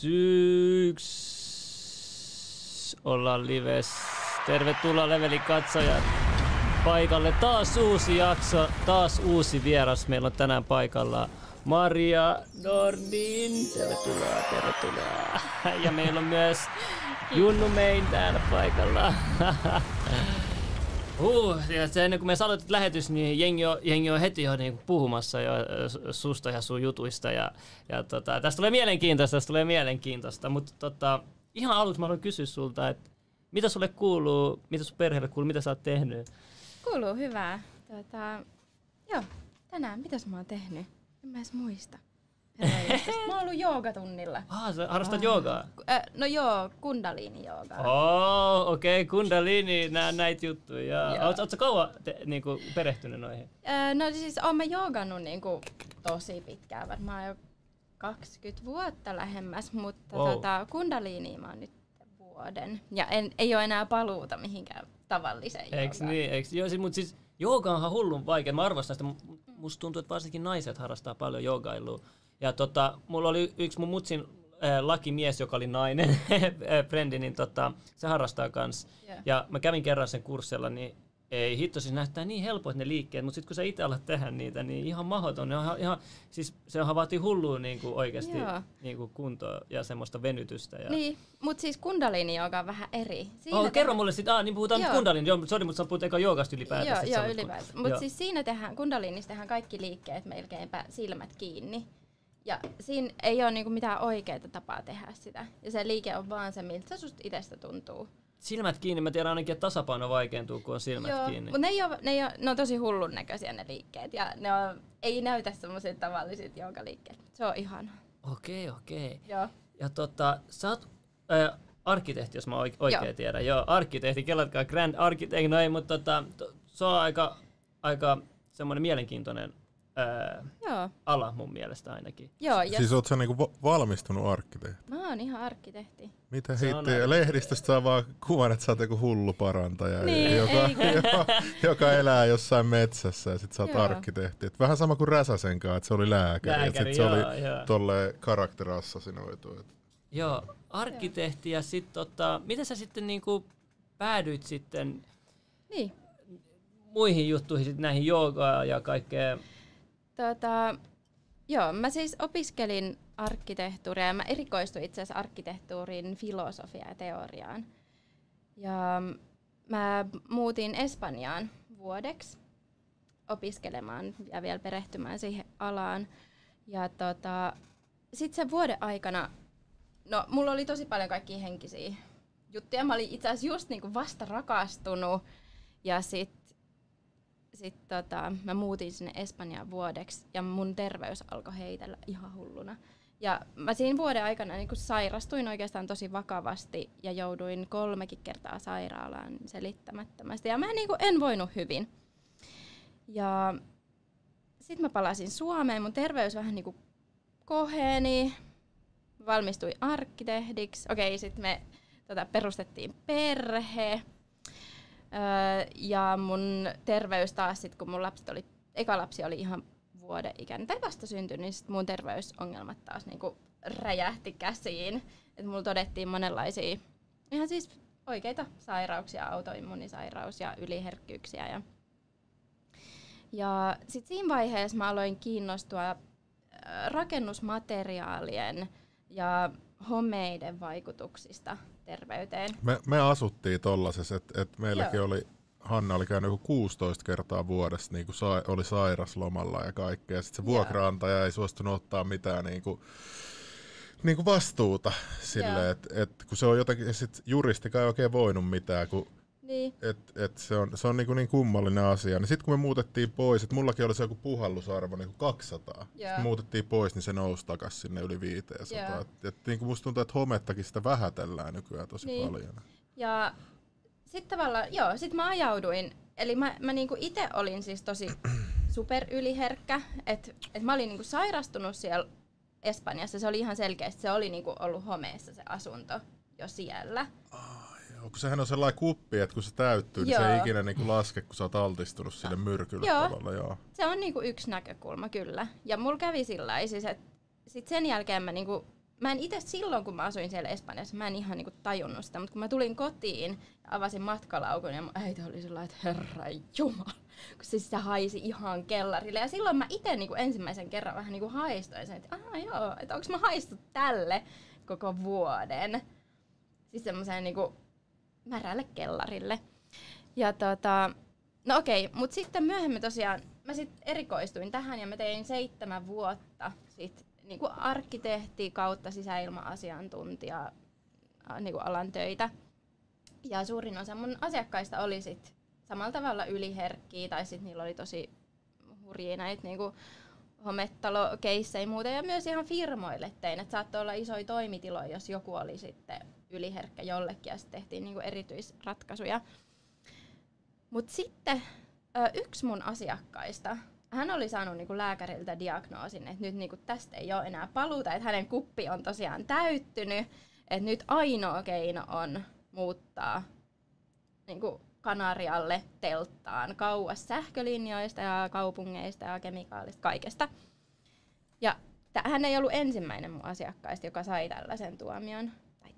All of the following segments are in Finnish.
Ollaan lives. Tervetuloa Levelin katsojat paikalle. Taas uusi jakso, taas uusi vieras. Meillä on tänään paikalla Maria Nordin. Tervetuloa. Ja meillä on myös Junnu Main täällä paikalla. Ja ennen kuin me aloitit lähetys, niin jengi on heti jo niin puhumassa jo susta ja sun jutuista. Ja tästä tulee mielenkiintoista. Mutta ihan aluksi mä haluan kysyä sulta, että mitä sulle kuuluu, mitä sun perheelle kuuluu, mitä sä oot tehnyt? Kuuluu hyvää. Joo, tänään mitäs mä oon tehnyt? En mä edes muista. Mä oon ollut joogatunnilla. Sä harrastat joogaa? No joo, kundaliini-joogaa. Okei, kundaliini, näitä juttuja. Ootko sä kauan niinku perehtynyt noihin? No siis oon mä joogannut niinku tosi pitkään, varmaan jo 20 vuotta lähemmäs, mutta kundaliiniä mä oon nyt vuoden. Ja ei ole enää paluuta mihinkään tavalliseen joogaan. Eiks niin? Joo, mutta siis jooga onhan hullun vaikea. Mä arvostan sitä. Musta tuntuu, että varsinkin naiset harrastaa paljon joogailua. Ja mulla oli yksi mun mutsin lakimies, joka oli nainen, frendi, niin se harrastaa kans. Yeah. Ja mä kävin kerran sen kurssilla, niin ei hitto, siis näyttää niin helpoit ne liikkeet, mutta sitten kun sä itse alat tehdä niitä, niin ihan mahdoton. Siis sehän vaatii hullua niinku oikeasti niinku kuntoa ja semmoista venytystä. Ja niin, mutta siis kundaliini-jooga on vähän eri. Kerro mulle sitten, niin puhutaan nyt kundaliini. Sori, mutta sä puhut eka joogasta ylipäätään. Joo, ylipäätään. Mutta siis siinä kundaliinissa tehdään kaikki liikkeet melkeinpä silmät kiinni. Ja siinä ei ole niinku mitään oikeaa tapaa tehdä sitä. Ja se liike on vaan se, miltä se susta itsestä tuntuu. Silmät kiinni, mä tiedän ainakin, että tasapaino vaikeentuu, kun on silmät kiinni. Mutta ne on tosi hullun näköisiä ne liikkeet. Ja ei näytä semmoiset tavalliset joogaliikkeet. Se on ihanaa. Okei. Joo. Ja sä oot arkkitehti, jos mä oikein tiedän. Joo, arkkitehti, kelatkaa grand architect, no ei, mutta se on aika semmoinen mielenkiintoinen ala mun mielestä ainakin. Joo, siis oot sä niinku valmistunut arkkitehti? Mä oon ihan arkkitehti. Mitä hittiä? Lehdistöstä saa vaan kuvan, että sä oot joku hullu parantaja, niin, joka elää jossain metsässä ja sit sä oot arkkitehti. Et vähän sama kuin Räsäsen kanssa, että se oli lääkäri ja sit se oli tolleen karakterassassinoitu. Joo, arkkitehti ja sit miten sä sitten niinku päädyit sitten muihin juttuihin, sit näihin joogaan ja kaikkea? Joo, mä siis opiskelin arkkitehtuuria ja mä erikoistuin itse asiassa arkkitehtuurin filosofiaan ja teoriaan. Ja mä muutin Espanjaan vuodeksi opiskelemaan ja vielä perehtymään siihen alaan. Ja sit sen vuoden aikana, mulla oli tosi paljon kaikkia henkisiä juttuja. Mä olin itse asiassa just niinku vasta rakastunut ja sit mä muutin sinne Espanjaan vuodeksi ja mun terveys alkoi heitellä ihan hulluna. Ja mä siinä vuoden aikana niin sairastuin oikeastaan tosi vakavasti ja jouduin 3 kertaa sairaalaan selittämättömästi. Ja mä en voinut hyvin. Ja sit mä palasin Suomeen, mun terveys vähän niin kuin koheni, valmistuin arkkitehdiksi. Okei, sit me perustettiin perhe. Ja mun terveys taas, sit kun mun eka lapsi oli ihan vuoden ikäinen tai vasta syntynyt, niin sit mun terveysongelmat taas niinku räjähti käsiin. Et mulla todettiin monenlaisia ihan siis oikeita sairauksia, autoimmunisairaus ja yliherkkyyksiä. Ja sit siinä vaiheessa mä aloin kiinnostua rakennusmateriaalien ja homeiden vaikutuksista terveyteen. Me asuttiin tollasessa, että meilläkin oli, Hanna oli käynyt 16 kertaa vuodessa, niin oli sairaslomalla ja kaikkea. Ja sitten se vuokraantaja ei suostunut ottaa mitään niinku vastuuta sille, että kun se on jotenkin, sit juristikaan ei oikein voinut mitään, kun se on niin kummallinen asia. Niin sitten kun me muutettiin pois, että mullakin oli se joku puhallusarvo niin 200. Sitten muutettiin pois, niin se nousi takaisin sinne yli 500. Niin musta tuntuu, että homettakin sitä vähätellään nykyään tosi paljon. Ja sitten tavallaan, sit mä ajauduin, eli mä niinku itse olin siis tosi superyliherkkä, että mä olin niinku sairastunut siellä Espanjassa, se oli ihan selkeästi, se oli niinku ollut homeessa se asunto jo siellä. Kun sehän on sellainen kuppi, että kun se täyttyy, niin se ei ikinä niinku laske, kun sä oot altistunut sille myrkylle tavalla. Se on niinku yksi näkökulma kyllä. Ja mulla kävi sillä siis, että sit sen jälkeen mä en itse silloin, kun mä asuin siellä Espanjassa, mä en ihan niinku tajunnut sitä, mutta kun mä tulin kotiin ja avasin matkalaukun ja mun äiti oli sellainen, että herra jumala, kun siis se haisi ihan kellarille. Ja silloin mä itse niinku ensimmäisen kerran vähän niinku haistoin sen, että joo, että onks mä haistut tälle koko vuoden. Siis semmoiseen niinku märälle kellarille. Ja no okei, mut sitten myöhemmin tosiaan mä sit erikoistuin tähän ja mä tein 7 vuotta sit niinku arkkitehti kautta sisäilma-asiantuntija niinku alan töitä. Ja suurin osa mun asiakkaista oli sit samalla tavalla yliherkkiä tai sit niillä oli tosi hurjia näitä niinku hometalo-keissejä muuten ja myös ihan firmoille tein, että saattoi olla isoja toimitiloja, jos joku oli sitten yliherkkä jollekin ja sitten tehtiin niinku erityisratkaisuja. Mut sitten yksi mun asiakkaista, hän oli saanut niinku lääkäriltä diagnoosin, että nyt niinku tästä ei ole enää paluuta, että hänen kuppi on tosiaan täyttynyt, että nyt ainoa keino on muuttaa niinku Kanarialle telttaan kauas sähkölinjoista ja kaupungeista ja kemikaalista, kaikesta. Ja hän ei ollut ensimmäinen mun asiakkaista, joka sai tällaisen tuomion.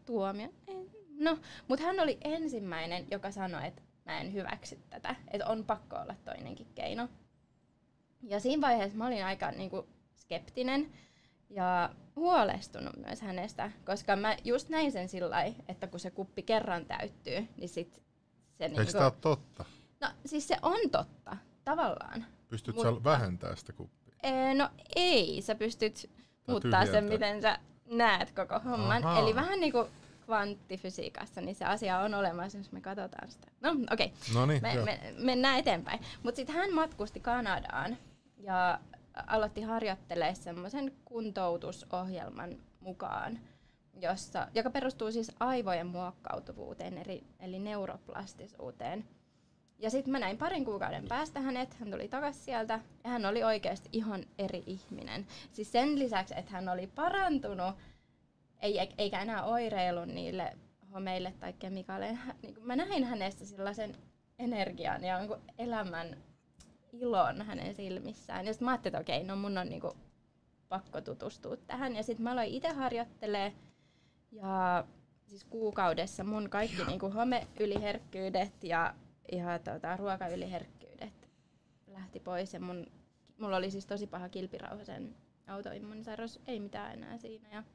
No, mutta hän oli ensimmäinen, joka sanoi, että mä en hyväksy tätä, että on pakko olla toinenkin keino. Ja siinä vaiheessa mä olin aika niinku skeptinen ja huolestunut myös hänestä, koska mä just näin sen sillai, että kun se kuppi kerran täyttyy, niin sit se eikö tämä ole totta? No siis se on totta, tavallaan. Pystyt sä vähentämään sitä kuppia? No ei, sä pystyt muuttaa sen, miten sä näet koko homman. Aha. Eli vähän niinku kvanttifysiikassa, niin se asia on olemassa, jos me katsotaan sitä. No okei, mennään eteenpäin. Mutta sitten hän matkusti Kanadaan ja aloitti harjoittelemaan semmoisen kuntoutusohjelman mukaan, joka perustuu siis aivojen muokkautuvuuteen, eli neuroplastisuuteen. Ja sitten mä näin 2 kuukauden päästä hänet, hän tuli takaisin sieltä ja hän oli oikeasti ihan eri ihminen. Siis sen lisäksi, että hän oli parantunut, eikä enää oireillut niille homeille tai kemikaaleille. Niin mä näin hänestä sellaisen energian ja elämän ilon hänen silmissään. Ja sitten mä ajattelin, että okei, no mun on niinku pakko tutustua tähän. Ja sitten mä aloin itse harjoittelemaan. Ja siis kuukaudessa mun kaikki niinku homeyliherkkyydet ja ruokayliherkkyydet lähti pois. Ja mulla oli siis tosi paha kilpirauhasen autoimmunisairaus, ei mitään enää siinä.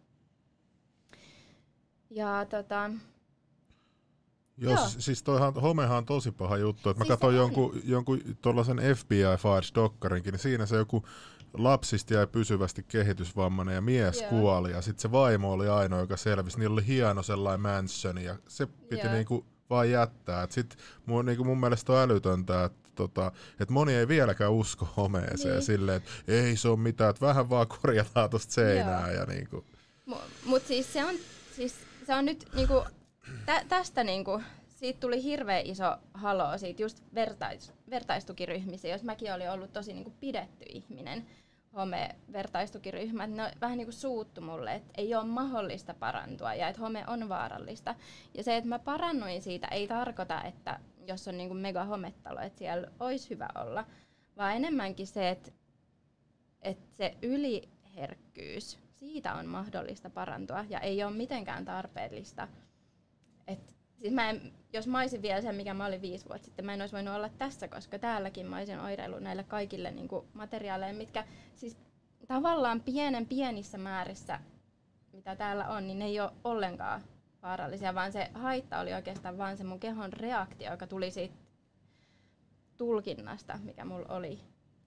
Siis homehan on tosi paha juttu. Mä katsoin jonkun tuollaisen FBI Files-dokkarinkin, niin siinä se joku lapsista jäi pysyvästi kehitysvammainen ja mies kuoli. Ja sitten se vaimo oli ainoa, joka selvisi. Niillä oli hieno sellainen mansioni ja se piti niinku vaan jättää. Sit mun mielestä on älytöntä, että moni ei vieläkään usko homeeseen niin. Silleen, että ei se ole mitään, että vähän vaan korjataan tuosta seinää. Ja niinku. Mut siis se on nyt niinku, tästä niinku, siitä tuli hirveän iso haloo siitä just vertaistukiryhmissä, jos mäkin olin ollut tosi niinku pidetty ihminen, home-vertaistukiryhmät, ne vähän niinku suuttu mulle, että ei ole mahdollista parantua ja että home on vaarallista. Ja se, että mä parannuin siitä, ei tarkoita, että jos on niinku mega hometalo, että siellä olisi hyvä olla, vaan enemmänkin se, että se yliherkkyys, siitä on mahdollista parantua ja ei ole mitenkään tarpeellista. Siis jos mä olisin vielä sen, mikä mä olin 5 vuotta sitten, mä en olisi voinut olla tässä, koska täälläkin mä olisin oireillut näille kaikille niinku materiaaleille, mitkä siis tavallaan pienissä määrissä, mitä täällä on, niin ne ei ole ollenkaan vaarallisia, vaan se haitta oli oikeastaan vaan se mun kehon reaktio, joka tuli siitä tulkinnasta, mikä mulla oli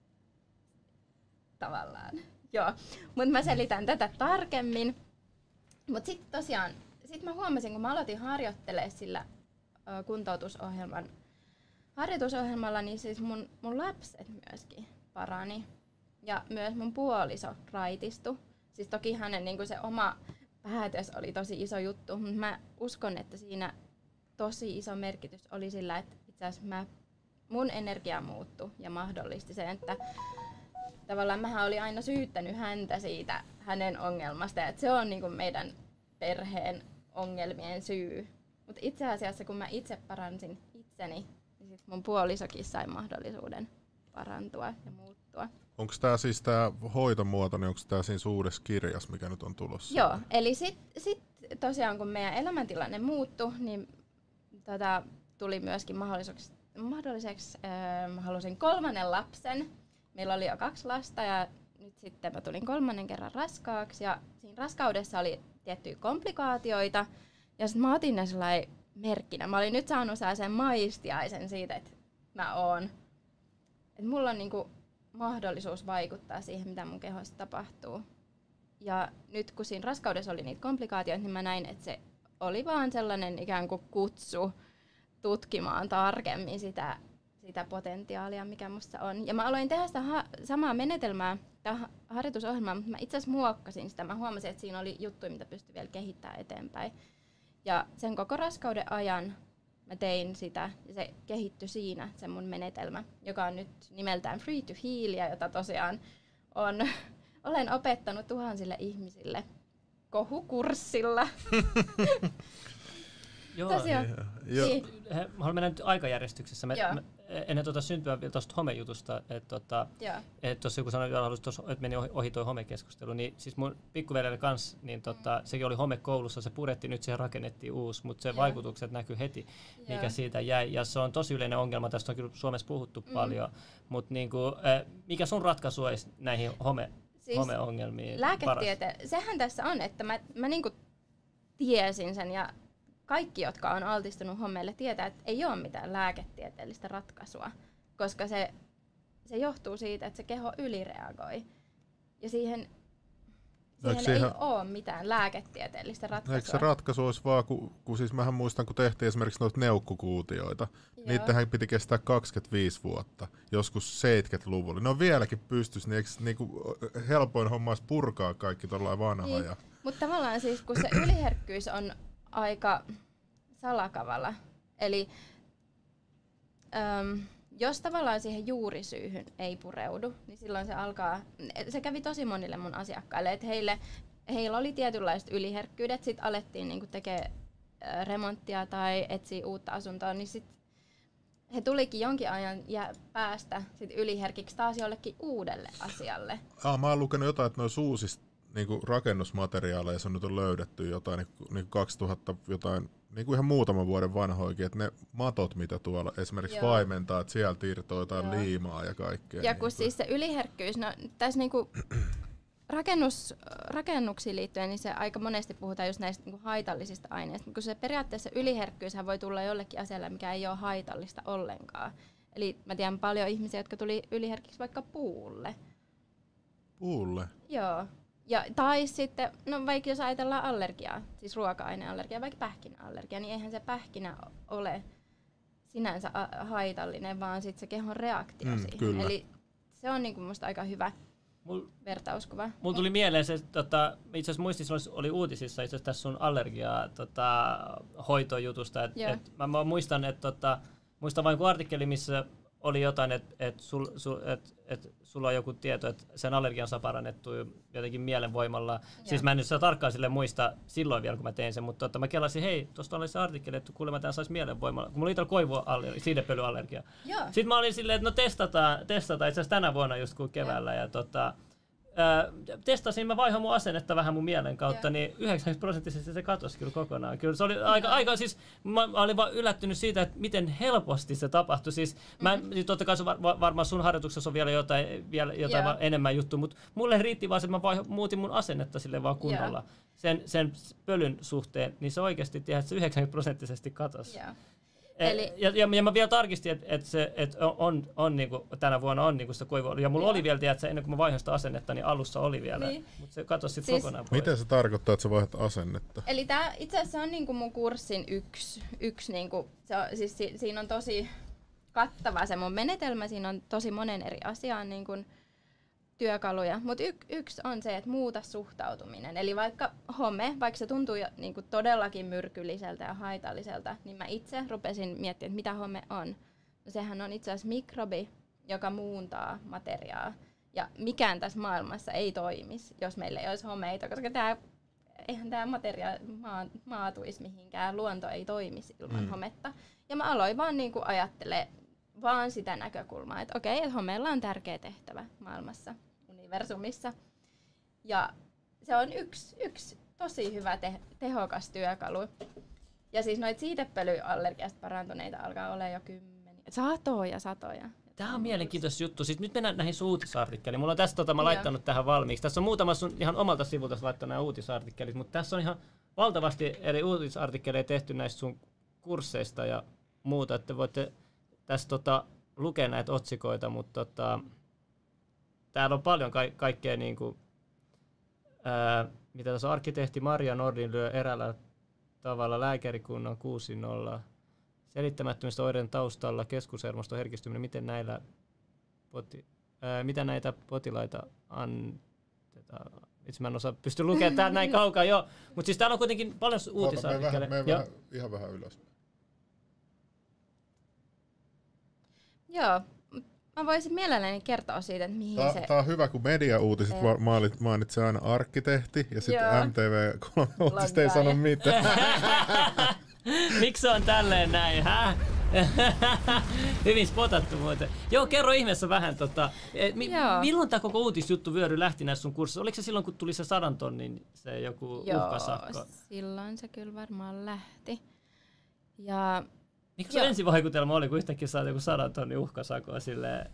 tavallaan. Joo, mutta mä selitän tätä tarkemmin. Mutta sitten tosiaan, mä huomasin, kun mä aloitin harjoittelemaan sillä harjoitusohjelmalla, niin siis mun lapset myöskin parani. Ja myös mun puoliso raitistui. Siis toki hänen niin se oma päätös oli tosi iso juttu, mutta mä uskon, että siinä tosi iso merkitys oli sillä, että itse asiassa mun energia muuttui ja mahdollisti sen, että tavallaan mähän olin aina syyttänyt häntä siitä hänen ongelmasta, ja että se on niinku meidän perheen ongelmien syy. Mutta itse asiassa kun mä itse paransin itseni, niin sit mun puolisokin sai mahdollisuuden parantua ja muuttua. Onko tämä siis tämä hoitomuoto, niin onko tämä siinä uudessa kirjassa, mikä nyt on tulossa? Joo, eli sit tosiaan kun meidän elämäntilanne muuttui, niin tuli myöskin mahdolliseksi halusin 3. lapsen. Meillä oli jo 2 lasta ja nyt sitten mä tulin 3. kerran raskaaksi ja siinä raskaudessa oli tiettyjä komplikaatioita ja sitten mä otin ne sellainen merkkinä. Mä olin nyt saanut sen maistiaisen siitä, että mä oon. Että mulla on niinku mahdollisuus vaikuttaa siihen, mitä mun kehossa tapahtuu. Ja nyt kun siinä raskaudessa oli niitä komplikaatioita, niin mä näin, että se oli vaan sellainen ikään kuin kutsu tutkimaan tarkemmin sitä potentiaalia, mikä musta on. Ja mä aloin tehdä sitä samaa menetelmää, tämä harjoitusohjelmaa, mutta mä itse asiassa muokkasin sitä. Mä huomasin, että siinä oli juttuja, mitä pystyi vielä kehittämään eteenpäin. Ja sen koko raskauden ajan mä tein sitä, ja se kehittyi siinä, se mun menetelmä, joka on nyt nimeltään Free to Heal, ja jota tosiaan olen opettanut tuhansille ihmisille kohukurssilla. Joo, tosiaan. Niin. Mä haluan mennä nyt aikajärjestyksessä. Ennen syntyä vielä tuosta homejutusta, että tuossa joku sanoi, että meni ohi tuo homekeskustelu, niin siis mun pikkuveljellä kanssa, niin sekin oli homekoulussa, se purettiin, nyt siihen rakennettiin uusi, mutta se vaikutukset näkyy heti, mikä siitä jäi. Ja se on tosi yleinen ongelma, tästä on kyllä Suomessa puhuttu paljon, mutta niinku, mikä sun ratkaisu olisi näihin homeongelmiin? Sehän tässä on, että mä niinku tiesin sen ja kaikki, jotka on altistunut homeelle, tietää, että ei ole mitään lääketieteellistä ratkaisua, koska se johtuu siitä, että se keho ylireagoi. Ja siihen ei ole mitään lääketieteellistä ratkaisua. Eikö se ratkaisu olisi vaan, kun siis mähän muistan, kun tehtiin esimerkiksi noita neukkukuutioita, niitähän piti kestää 25 vuotta, joskus 70-luvulla. Ne on vieläkin pystyssä, niin eikö niinku helpoin homma olisi purkaa kaikki tuollainen vanha? Niin. Mutta tavallaan siis, kun se yliherkkyys on aika salakavala. Eli jos tavallaan siihen juurisyyhyn ei pureudu, niin silloin se kävi tosi monille mun asiakkaille, että heillä oli tietynlaiset yliherkkyydet, sitten alettiin niinku tekemään remonttia tai etsiä uutta asuntoa, niin sit he tulikin jonkin ajan päästä sit yliherkiksi taas jollekin uudelle asialle. Mä oon lukenut jotain, että noissa uusista niinku rakennusmateriaaleissa on nyt löydetty jotain niin 2000 jotain niinku ihan muutaman vuoden vanhoikin, että ne matot, mitä tuolla esimerkiksi vaimentaa, että sieltä irtoaa jotain liimaa ja kaikkea. Ja kun siis se yliherkkyys, no tässä niinku rakennuksiin liittyen, niin se aika monesti puhutaan just näistä niinku haitallisista aineista, kun se periaatteessa yliherkkyyshän voi tulla jollekin asialle, mikä ei ole haitallista ollenkaan. Eli mä tiedän paljon ihmisiä, jotka tuli yliherkiksi vaikka puulle. Puulle? Joo. Tai sitten, no vaikka jos ajatellaan allergiaa, siis ruoka-aineallergiaa, vaikka pähkinäallergia, niin eihän se pähkinä ole sinänsä haitallinen, vaan sitten se kehon reaktio siihen. Kyllä. Eli se on niinku musta aika hyvä vertauskuva. Mulla tuli mieleen se, itse asiassa muistissa oli uutisissa itse asiassa tässä sun allergiaa hoitojutusta. Mä muistan, että muistan vain artikkeli, missä oli jotain, että sulla on joku tieto, että sen allergian saa parannettu jotenkin mielenvoimalla. Siis mä en nyt saa tarkkaan sille muista silloin vielä, kun mä tein sen, mutta mä kelasin, hei, tuosta oli se artikkeli, että kuulemma tämän saisi mielenvoimalla. Kun mulla oli täällä siidepölyallergia. Sitten mä olin silleen, että no testataan itse asiassa tänä vuonna just kun keväällä. Ja testasin, mä vaihoin mun asennetta vähän mun mielen kautta, niin 90% se katosi kyllä kokonaan. Kyllä se oli aika siis, mä olin vaan yllättynyt siitä, että miten helposti se tapahtui. Siis totta kai varmaan sun harjoituksessa on vielä jotain enemmän juttua, mutta mulle riitti vaan, että mä muutin mun asennetta sille vaan kunnolla sen pölyn suhteen, niin se oikeasti tiedät, että se 90% katosi. Ja mä vielä tarkistin, että se on niinku, tänä vuonna on niinku sitä koivua. Ja mulla oli vielä, tiedätkö, ennen kuin mä vaihoin sitä asennetta, niin alussa oli vielä. Mutta se katosi sitten kokonaan pois. Miten se tarkoittaa, että sä vaihdat asennetta? Eli tää itse asiassa on niinku mun kurssin yksi niinku, siis siinä on tosi kattava se mun menetelmä. Siinä on tosi monen eri asiaan niinku työkaluja, mutta yksi on se, että muuta suhtautuminen. Eli vaikka vaikka se tuntuu niinku todellakin myrkylliseltä ja haitalliselta, niin mä itse rupesin miettimään, että mitä home on. No sehän on itse asiassa mikrobi, joka muuntaa materiaa. Ja mikään tässä maailmassa ei toimisi, jos meillä ei olisi homeita, koska eihän tämä materia maatuisi mihinkään. Luonto ei toimisi ilman hometta. Ja mä aloin vaan niinku ajattelemaan vaan sitä näkökulmaa, että okei, että homeella on tärkeä tehtävä maailmassa, universumissa. Ja se on yksi tosi hyvä tehokas työkalu. Ja siis noita siitepölyallergiasta parantuneita alkaa olla jo satoja. Tämä on mielenkiintoista juttu. Sitten nyt mennään näihin sun uutisartikkeliin. Mulla on tässä mä laittanut tähän valmiiksi. Tässä on muutama sun ihan omalta sivulta laittanut nämä uutisartikkelit, mutta tässä on ihan valtavasti eri uutisartikkeleja tehty näistä sun kursseista ja muuta, että voitte tässä lukea näitä otsikoita, mutta täällä on paljon kaikkea niinku, mitä tässä arkkitehti Maria Nordin lyö eräällä tavalla lääkärikunnan 6-0. Selittämättömistä oireiden taustalla keskushermoston herkistyminen, mitä näitä potilaita annetaan. Itse mä en pysty lukemaan täällä näin kaukaa, joo. Mutta siis täällä on kuitenkin paljon uutisartikkeleja. Ihan vähän ylös. Joo, mä voisin mielelläni kertoa siitä, että mihin se... Tää on hyvä, kun mediauutiset mainitsee aina arkkitehti ja sitten MTV3-uutiset ei sano mitään. Miksi on tälleen näin, hä? Hyvin spotattu muuten. Joo, kerro ihmeessä vähän, milloin tämä koko uutisjuttu vyöry lähti näissä sun kurssissa? Oliko se silloin, kun tuli se 100 tonnin se joku uhkasakko? Joo, silloin se kyllä varmaan lähti. Ja... Mikä se ensivaikutelma oli, kun yhtäkkiä saat joku 100 tonnin uhkasakoa silleen?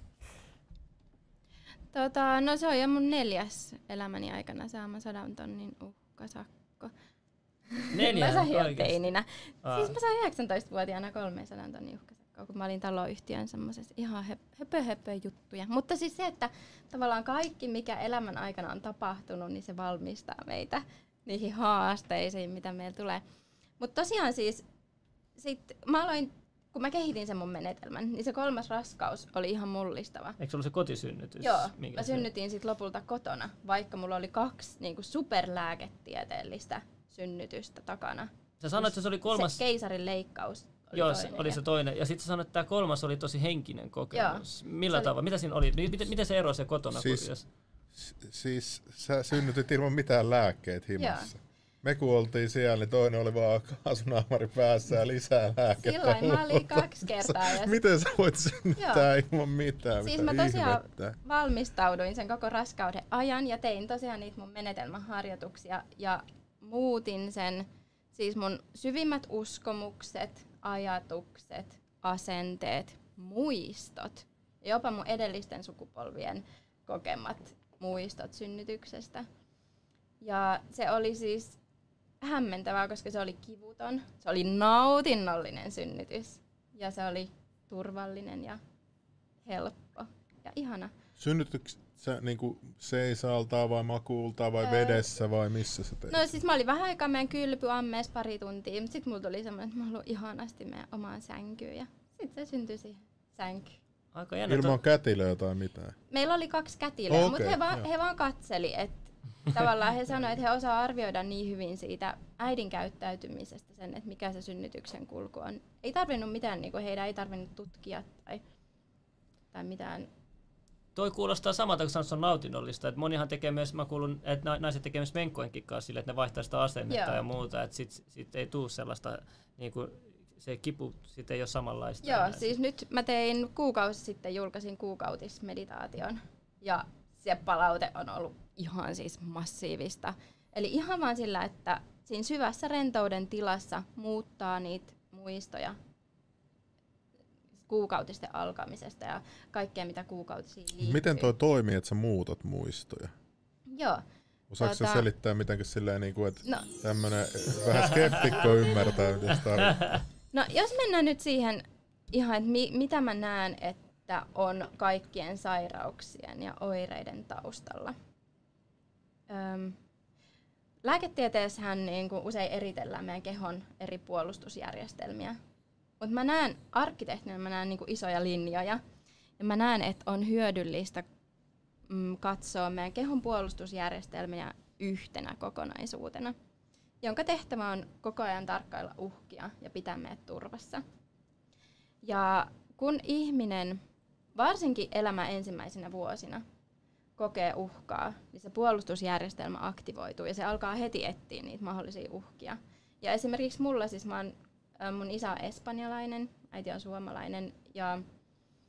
No se on jo mun 4. elämäni aikana saama 100 tonnin uhkasakko. 4? Mä sain teininä. Siis mä sain 19-vuotiaana 300 tonnin uhkasakkoa, kun mä olin taloyhtiön semmosessa ihan höpö juttuja. Mutta siis se, että tavallaan kaikki, mikä elämän aikana on tapahtunut, niin se valmistaa meitä niihin haasteisiin, mitä meillä tulee. Mutta tosiaan siis, mä aloin, kun mä kehitin sen mun menetelmän, niin se 3. raskaus oli ihan mullistava. Eikö se ollut se kotisynnytys? Joo, mä synnytin sit lopulta kotona, vaikka mulla oli 2 niinku superlääketieteellistä synnytystä takana. Sä sanoit, että se oli 3. Se keisarin leikkaus oli joo, toinen. oli se toinen. Ja sitten sä sanoit, että tämä 3. oli tosi henkinen kokemus. Joo. Millä tavalla? Mitä siinä oli? Miten se erosi se kotona? Siis sä synnytit ilman mitään lääkkeitä himassa. Joo. Me kun oltiin siellä, niin toinen oli vaan kaasunaamari päässä ja lisää lääkettä. Silloin mä olin 2 kertaa. Ja miten sä voit synnyttää ilman mitään? Siis mä tosiaan valmistauduin sen koko raskauden ajan ja tein tosiaan niitä mun menetelmäharjoituksia ja muutin sen, siis mun syvimmät uskomukset, ajatukset, asenteet, muistot ja jopa mun edellisten sukupolvien kokemat muistot synnytyksestä. Ja se oli siis hämmentävää, koska se oli kivuton, se oli nautinnollinen synnytys ja se oli turvallinen ja helppo ja ihana. Synnytytkö sä niinku seisaltaa vai makuulta vai vedessä vai missä sä teit? No siis mä olin vähän aikaa meidän kylpyammeessa 2 tuntia, mutta sit mulla tuli semmoinen, että mä haluan ihanasti meidän omaan sänkyyn ja sit se syntyi siihen sänkyyn. Aika jännä. Ilman kätilöä tai mitään? Meillä oli 2 kätilöä, mutta he vaan katseli, että tavallaan he sanoivat, että he osaa arvioida niin hyvin siitä äidin käyttäytymisestä sen, että mikä se synnytyksen kulku on. Ei tarvinnut mitään, niin kuin heidän ei tarvinnut tutkia tai mitään. Toi kuulostaa samalta, kun sanoit, se on nautinnollista. Että monihan tekee myös, mä kuulun, että naiset tekee myös menkkojenkin kanssa sille, että ne vaihtaa sitä asennetta ja muuta. Että sit ei tule sellaista, niin kuin, se kipu sit ei ole samanlaista. Joo, siis nyt mä tein kuukausi sitten, julkaisin kuukautismeditaation ja se palaute on ollut ihan siis massiivista. Eli ihan vaan sillä, että siinä syvässä rentouden tilassa muuttaa niitä muistoja kuukautisten alkamisesta ja kaikkea, mitä kuukautisiin liittyy. Miten toi toimii, että sä muutat muistoja? Joo. Osaatko sä selittää mitenkä silleen, että tämmönen vähän skeptikko ymmärtää, mitä se tarvitsee? No jos mennään nyt siihen ihan, että mitä mä näen, että on kaikkien sairauksien ja oireiden taustalla. Lääketieteessähän niin kuin usein eritellään meidän kehon eri puolustusjärjestelmiä. Mutta mä näen arkkitehtinä, mä näen niin kuin isoja linjoja. Ja mä näen, että on hyödyllistä katsoa meidän kehon puolustusjärjestelmiä yhtenä kokonaisuutena, jonka tehtävä on koko ajan tarkkailla uhkia ja pitää meidät turvassa. Ja kun ihminen, varsinkin elämän ensimmäisenä vuosina, kokee uhkaa, niin se puolustusjärjestelmä aktivoituu ja se alkaa heti etsiä niitä mahdollisia uhkia. Ja esimerkiksi mulla siis mun isä on espanjalainen, äiti on suomalainen ja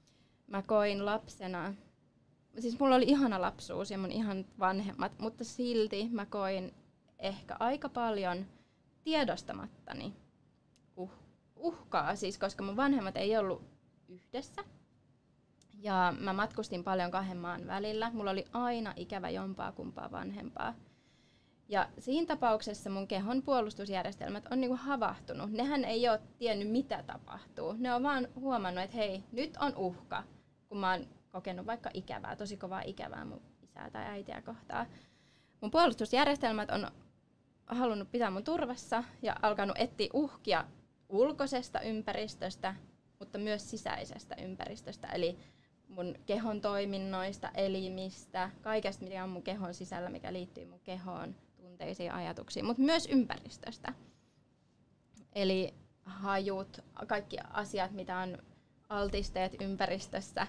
mä koin lapsena, siis mulla oli ihana lapsuus ja mun ihan vanhemmat, mutta silti mä koin ehkä aika paljon tiedostamattani uhkaa, siis koska mun vanhemmat ei ollut yhdessä. Ja mä matkustin paljon 2 maan välillä. Mulla oli aina ikävä jompaa kumpaa vanhempaa. Ja siinä tapauksessa mun kehon puolustusjärjestelmät on niinku havahtunut. Nehän ei ole tiennyt, mitä tapahtuu. Ne on vaan huomannut, että hei, nyt on uhka, kun mä oon kokenut vaikka ikävää, tosi kovaa ikävää mun isää tai äitiä kohtaan. Mun puolustusjärjestelmät on halunnut pitää mun turvassa ja alkanut etsiä uhkia ulkoisesta ympäristöstä, mutta myös sisäisestä ympäristöstä, eli mun kehon toiminnoista, elimistä, kaikesta mikä on mun kehon sisällä, mikä liittyy mun kehoon, tunteisiin, ajatuksiin, mutta myös ympäristöstä. Eli hajut, kaikki asiat, mitä on altisteet ympäristössä,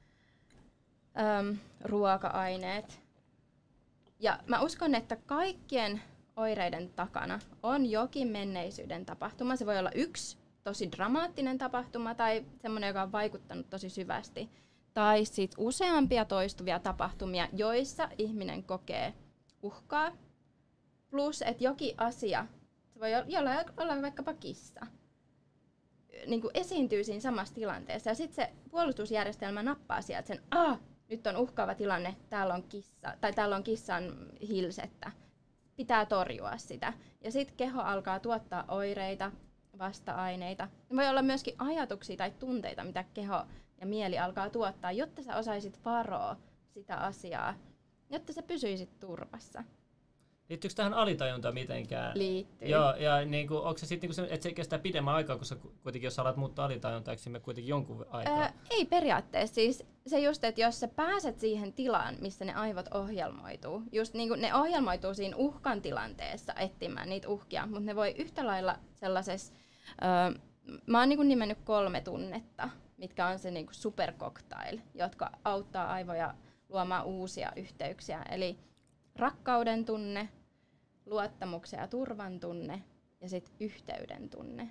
ruoka-aineet. Ja mä uskon, että kaikkien oireiden takana on jokin menneisyyden tapahtuma. Se voi olla yksi tosi dramaattinen tapahtuma tai semmoinen, joka on vaikuttanut tosi syvästi. Tai sit useampia toistuvia tapahtumia, joissa ihminen kokee uhkaa. Plus, että jokin asia, se voi olla vaikkapa kissa, niin kuin esiintyy siinä samassa tilanteessa. Ja sitten se puolustusjärjestelmä nappaa sieltä sen, nyt on uhkaava tilanne, täällä on kissa, tai täällä on kissan hilsettä. Pitää torjua sitä. Ja sitten keho alkaa tuottaa oireita, vasta-aineita. Ne voi olla myöskin ajatuksia tai tunteita, mitä keho ja mieli alkaa tuottaa, jotta sä osaisit varoa sitä asiaa, jotta sä pysyisit turvassa. Liittyykö tähän alitajuntaan mitenkään? Liittyy. Joo, ja niinku, onko se sitten, niinku että se kestää pidemmän aikaa, koska kuitenkin jos alat muuttaa alitajuntaa, eikö me kuitenkin jonkun aikaa? Ei periaatteessa. Siis se just, että jos sä pääset siihen tilaan, missä ne aivot ohjelmoituu, just niin kuin ne ohjelmoituu siinä uhkan tilanteessa etsimään niitä uhkia, mutta ne voi yhtä lailla sellaisessa, mä oon niin kuin nimennyt 3 tunnetta, mitkä on se niin kuin supercocktail, jotka auttaa aivoja luomaan uusia yhteyksiä. Eli rakkauden tunne, luottamuksen ja turvan tunne ja sitten yhteyden tunne.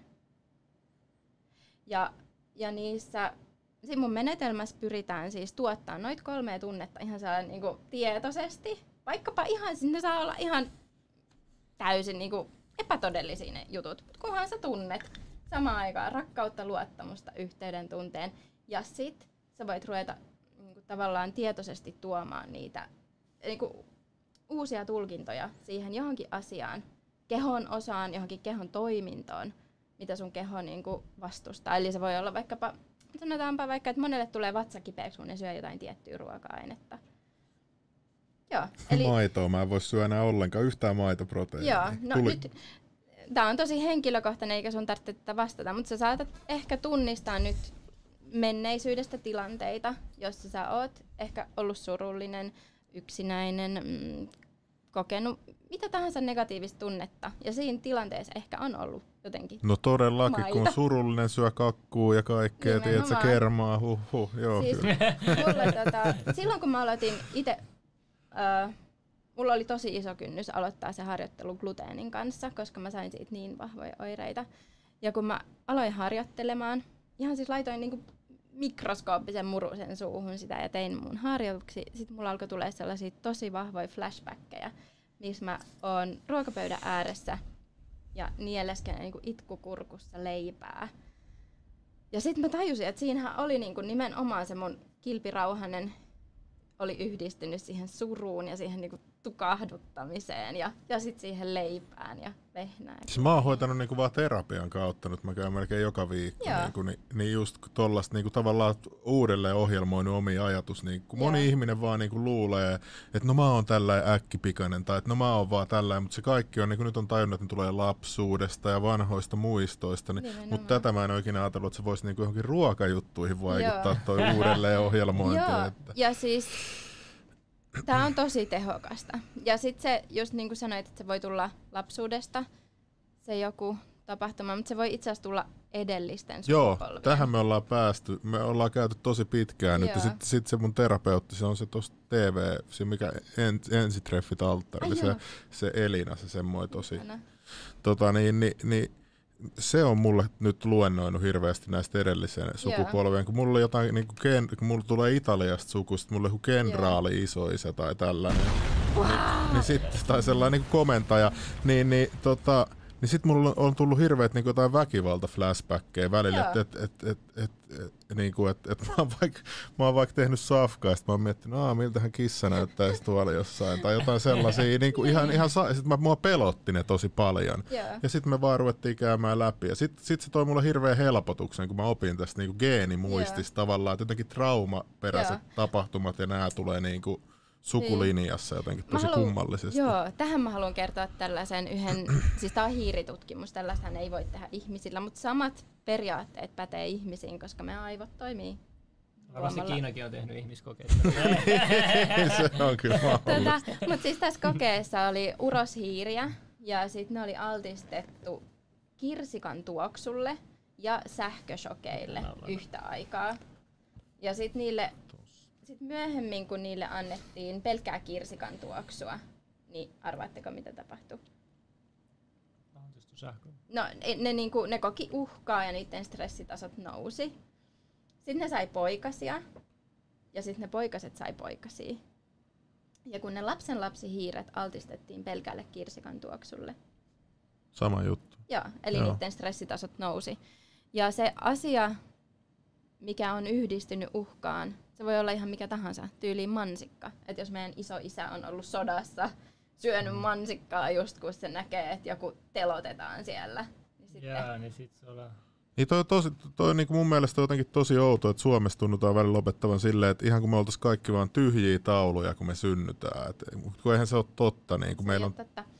Ja niissä mun menetelmässä pyritään siis tuottaa noita 3 tunnetta ihan sellainen niinku tietoisesti. Vaikkapa ihan, ne saa olla ihan täysin niinku epätodellisia ne jutut, mutta kunhan sä tunnet samaan aikaan rakkautta, luottamusta, yhteyden tunteen. Ja sit sä voit ruveta niinku tavallaan tietoisesti tuomaan niitä niinku uusia tulkintoja siihen johonkin asiaan, kehon osaan, johonkin kehon toimintoon, mitä sun keho niinku vastustaa. Eli se voi olla vaikkapa, sanotaanpa vaikka, että monelle tulee vatsa kipeäksi, kun ne syö jotain tiettyä ruoka-ainetta. Joo, eli maitoa mä en voi syödä enää ollenkaan, yhtään maitoproteiinia. Joo, no nyt, tää on tosi henkilökohtainen, eikä sun tarvitse tätä vastata, mutta sä saatat ehkä tunnistaa nyt menneisyydestä tilanteita, jossa sä oot ehkä ollut surullinen, yksinäinen, kokenut mitä tahansa negatiivista tunnetta. Ja siinä tilanteessa ehkä on ollut jotenkin No todellakin, maito. kun on surullinen, syö kakkuu ja kaikkea, tiedät sä, kermaa, joo. Siis mulle, silloin kun mä aloitin itse, mulla oli tosi iso kynnys aloittaa se harjoittelu gluteenin kanssa, koska mä sain siitä niin vahvoja oireita. Ja kun mä aloin harjoittelemaan, ihan siis laitoin niinku mikroskooppisen murusen suuhun sitä ja tein mun harjoituksia. Sitten mulla alkoi tulla sellaisia tosi vahvoja flashbackkejä, missä mä oon ruokapöydän ääressä ja nieleskelen niinku itkukurkussa leipää. Ja sitten mä tajusin, että siinähän oli niinku nimenomaan se mun kilpirauhanen oli yhdistynyt siihen suruun ja siihen niinku tukahduttamiseen ja sitten siihen leipään ja vehnään. Siis mä oon hoitanut niinku vaan terapian kautta, nyt mä käyn melkein joka viikko, niin just tollaista niinku tavallaan uudelleen ohjelmoinut omia ajatus. Niinku moni ihminen vaan niinku luulee, että no mä oon tällainen äkkipikainen tai että no mä oon vaan tällainen, mutta se kaikki on, niinku nyt on tajunnut, että ne tulee lapsuudesta ja vanhoista muistoista, mutta tätä mä en ole ikinä ajatellut, että se voisi niinku johonkin ruokajuttuihin vaikuttaa toi uudelleen ohjelmointi. Ja siis tää on tosi tehokasta. Ja sit se, just niin kuin sanoit, että se voi tulla lapsuudesta, se joku tapahtuma, mutta se voi itse asiassa tulla edellisten sukupolvien. Joo, tähän me ollaan päästy. Me ollaan käyty tosi pitkään nyt. Ja sit se mun terapeutti, se on se tossa TV, se mikä ensitreffit alttarilla, se Elina, se semmoinen tosi. se on mulle nyt luennoinut hirveästi näistä edellisen sukupolvien, kun mulla oli jotain, niin kun mulla tulee Italiasta sukusta, mulla on joku kenraali isoisä tai tällainen, niin sitten, tai sellainen niin komentaja, niin sitten mulla on tullut hirveät niin jotain väkivalta-flashbackkejä välillä, että mä oon vaikka tehnyt safkaa, ja mä oon miettinyt, miltähän kissa näyttäisi tuolla jossain, tai jotain sellaisia, niin kuin sitten mua pelotti ne tosi paljon, ja sitten me vaan ruvettiin käymään läpi, ja sitten se toi mulle hirveän helpotuksen, kun mä opin tästä niin kuin geenimuistista tavallaan, että jotenkin traumaperäiset tapahtumat, ja nämä tulee niin kuin sukulinjassa jotenkin tosi kummallisesti. Joo, tähän mä haluan kertoa tällaisen yhden, siis tää on hiiritutkimus, tällaistähän ei voi tehdä ihmisillä, mutta samat periaatteet pätee ihmisiin, koska meidän aivot toimii. Varmasti Kiinakin on tehnyt ihmiskokeita. Se on kyllä mahdollista. Mutta siis tässä kokeessa oli uroshiiriä ja sitten ne oli altistettu kirsikan tuoksulle ja sähköshokeille yhtä aikaa. Ja sitten myöhemmin, kun niille annettiin pelkkää kirsikan tuoksua, niin arvaatteko mitä tapahtui? No, ne koki uhkaa ja niiden stressitasot nousi. Sitten ne sai poikasia ja sitten ne poikaset sai poikasia. Ja kun ne lapsenlapsihiiret altistettiin pelkälle kirsikan tuoksulle. Sama juttu. Joo, eli niiden stressitasot nousi. Ja se asia, mikä on yhdistynyt uhkaan, se voi olla ihan mikä tahansa, tyyliin mansikka. Että jos meidän isoisä on ollut sodassa, syönyt mansikkaa just kun se näkee, että joku telotetaan siellä. Niin sitten niin sit se on... Niin toi niinku mun mielestä on jotenkin tosi outoa, että Suomessa tunnutaan välillä lopettavan silleen, että ihan kun me oltaisiin kaikki vaan tyhjiä tauluja, kun me synnytään. Kun eihän se ole totta. Niin kun meillä on,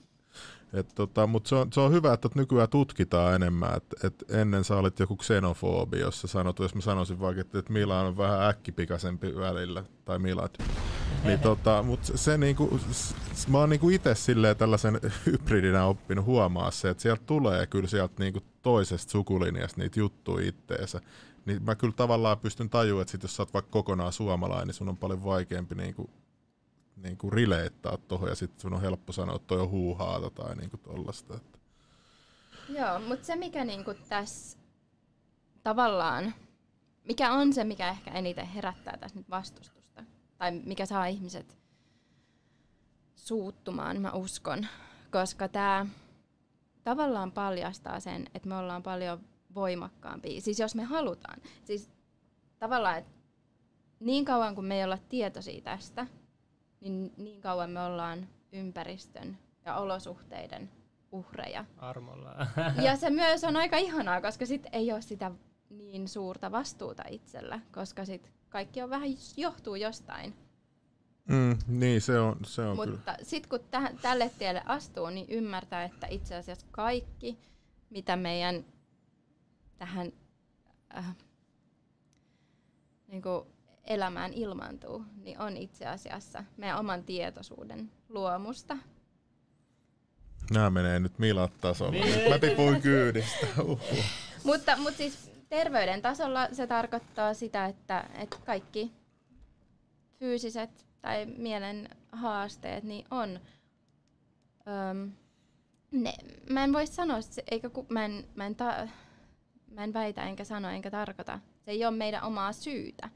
mutta se on hyvä, että nykyään tutkitaan enemmän. Et ennen sä olit joku xenofobi, jos mä sanoisin vaikka, että Milan on vähän äkkipikaisempi välillä, tai Milad. Niin mutta se niinku, mä oon niinku itse silleen tällaisen hybridinä oppinut huomaa se, että sieltä tulee kyllä sieltä niinku toisesta sukulinjasta niitä juttuja itteensä. Niin mä kyllä tavallaan pystyn tajuamaan, että sit jos sä oot vaikka kokonaan suomalainen, niin sun on paljon vaikeampi niinku rileittaa tohon ja sitten sun on helppo sanoa, että toi on huuhaata tai niinku tollasta. Joo, mutta se mikä niinku tässä tavallaan, mikä on se, mikä ehkä eniten herättää tässä nyt vastustusta, tai mikä saa ihmiset suuttumaan, mä uskon, koska tämä tavallaan paljastaa sen, että me ollaan paljon voimakkaampia, siis jos me halutaan. Siis tavallaan, että niin kauan kun me ei olla tietoisia tästä, niin kauan me ollaan ympäristön ja olosuhteiden uhreja. Armolla. Ja se myös on aika ihanaa, koska sit ei ole sitä niin suurta vastuuta itsellä, koska sit kaikki on vähän johtuu jostain. Niin, se on mutta kyllä. Sitten kun tälle tielle astuu, niin ymmärtää, että itse asiassa kaikki, mitä meidän tähän niinku elämään ilmaantuu, niin on itse asiassa meidän oman tietoisuuden luomusta. Nämä menee nyt Milat-tasolla. Mä tipuin kyydistä. Mutta siis terveyden tasolla se tarkoittaa sitä, että kaikki fyysiset tai mielen haasteet niin on. Mä en voi sanoa, mä en väitä enkä sano enkä tarkoita. Se ei ole meidän omaa syytä.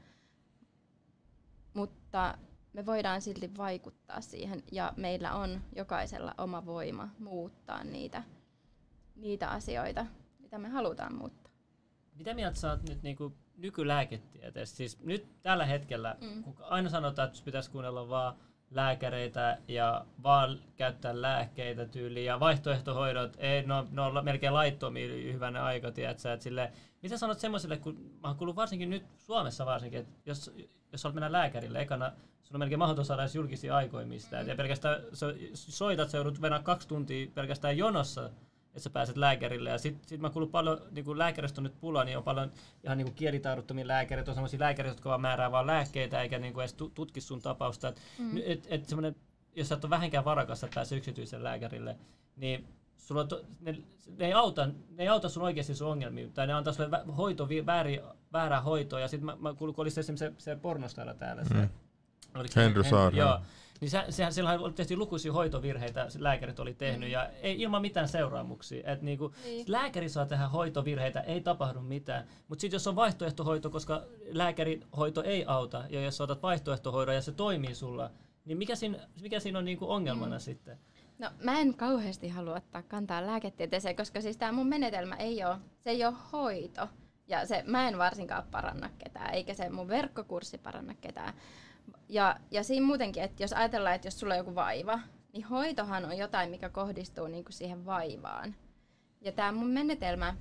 Mutta me voidaan silti vaikuttaa siihen ja meillä on jokaisella oma voima muuttaa niitä asioita, mitä me halutaan muuttaa. Mitä mieltä sä oot nyt niinku nykylääketieteestä? Siis nyt tällä hetkellä, kun aina sanotaan, että pitäisi kuunnella vaan lääkäreitä ja vaan käyttää lääkkeitä tyyliin ja vaihtoehtohoidot, ne on melkein laittomia hyvänä aika, tiedätkö? Mitä sanot semmoiselle, kun mä oon kuullut varsinkin nyt Suomessa varsinkin, että jos olet mennä lääkärille ekana, sun on melkein mahdoton saada edes julkisia aikoja mistään. Ja pelkästään soitat, sä joudut venää 2 tuntia pelkästään jonossa, että sä pääset lääkärille. Ja sit mä kuullut paljon, niin lääkäristä on nyt pula, niin on paljon ihan niin kielitaidottomia lääkäreitä, on sellaisia lääkäreitä, jotka vaan määrää vaan lääkkeitä eikä niin edes tutki sun tapausta. Et semmoinen, jos sä et ole vähänkään varakas, että pääsee yksityiselle lääkärille, niin sulla ne ei auta sun oikeasti sun ongelmia, tai ne antaa sulle väärää hoitoa, ja sitten mä kuulin, kun oli se pornostailla täällä. Se, Henry Saarinen. Joo, Niin silloin tehtiin lukuisia hoitovirheitä, lääkärit oli tehnyt, ja ei ilman mitään seuraamuksia. Et niinku, lääkäri saa tehdä hoitovirheitä, ei tapahdu mitään. Mutta sitten jos on vaihtoehtohoito, koska lääkärihoito ei auta, ja jos otat vaihtoehtohoidon ja se toimii sulla, niin mikä siinä on niinku ongelmana sitten? No mä en kauheasti halua ottaa kantaa lääketieteeseen, koska siis tää mun menetelmä ei ole hoito. Ja mä en varsinkaan paranna ketään, eikä se mun verkkokurssi paranna ketään. Ja siinä muutenkin, että jos ajatellaan, että jos sulla on joku vaiva, niin hoitohan on jotain, mikä kohdistuu niinku siihen vaivaan. Ja tää mun menetelmä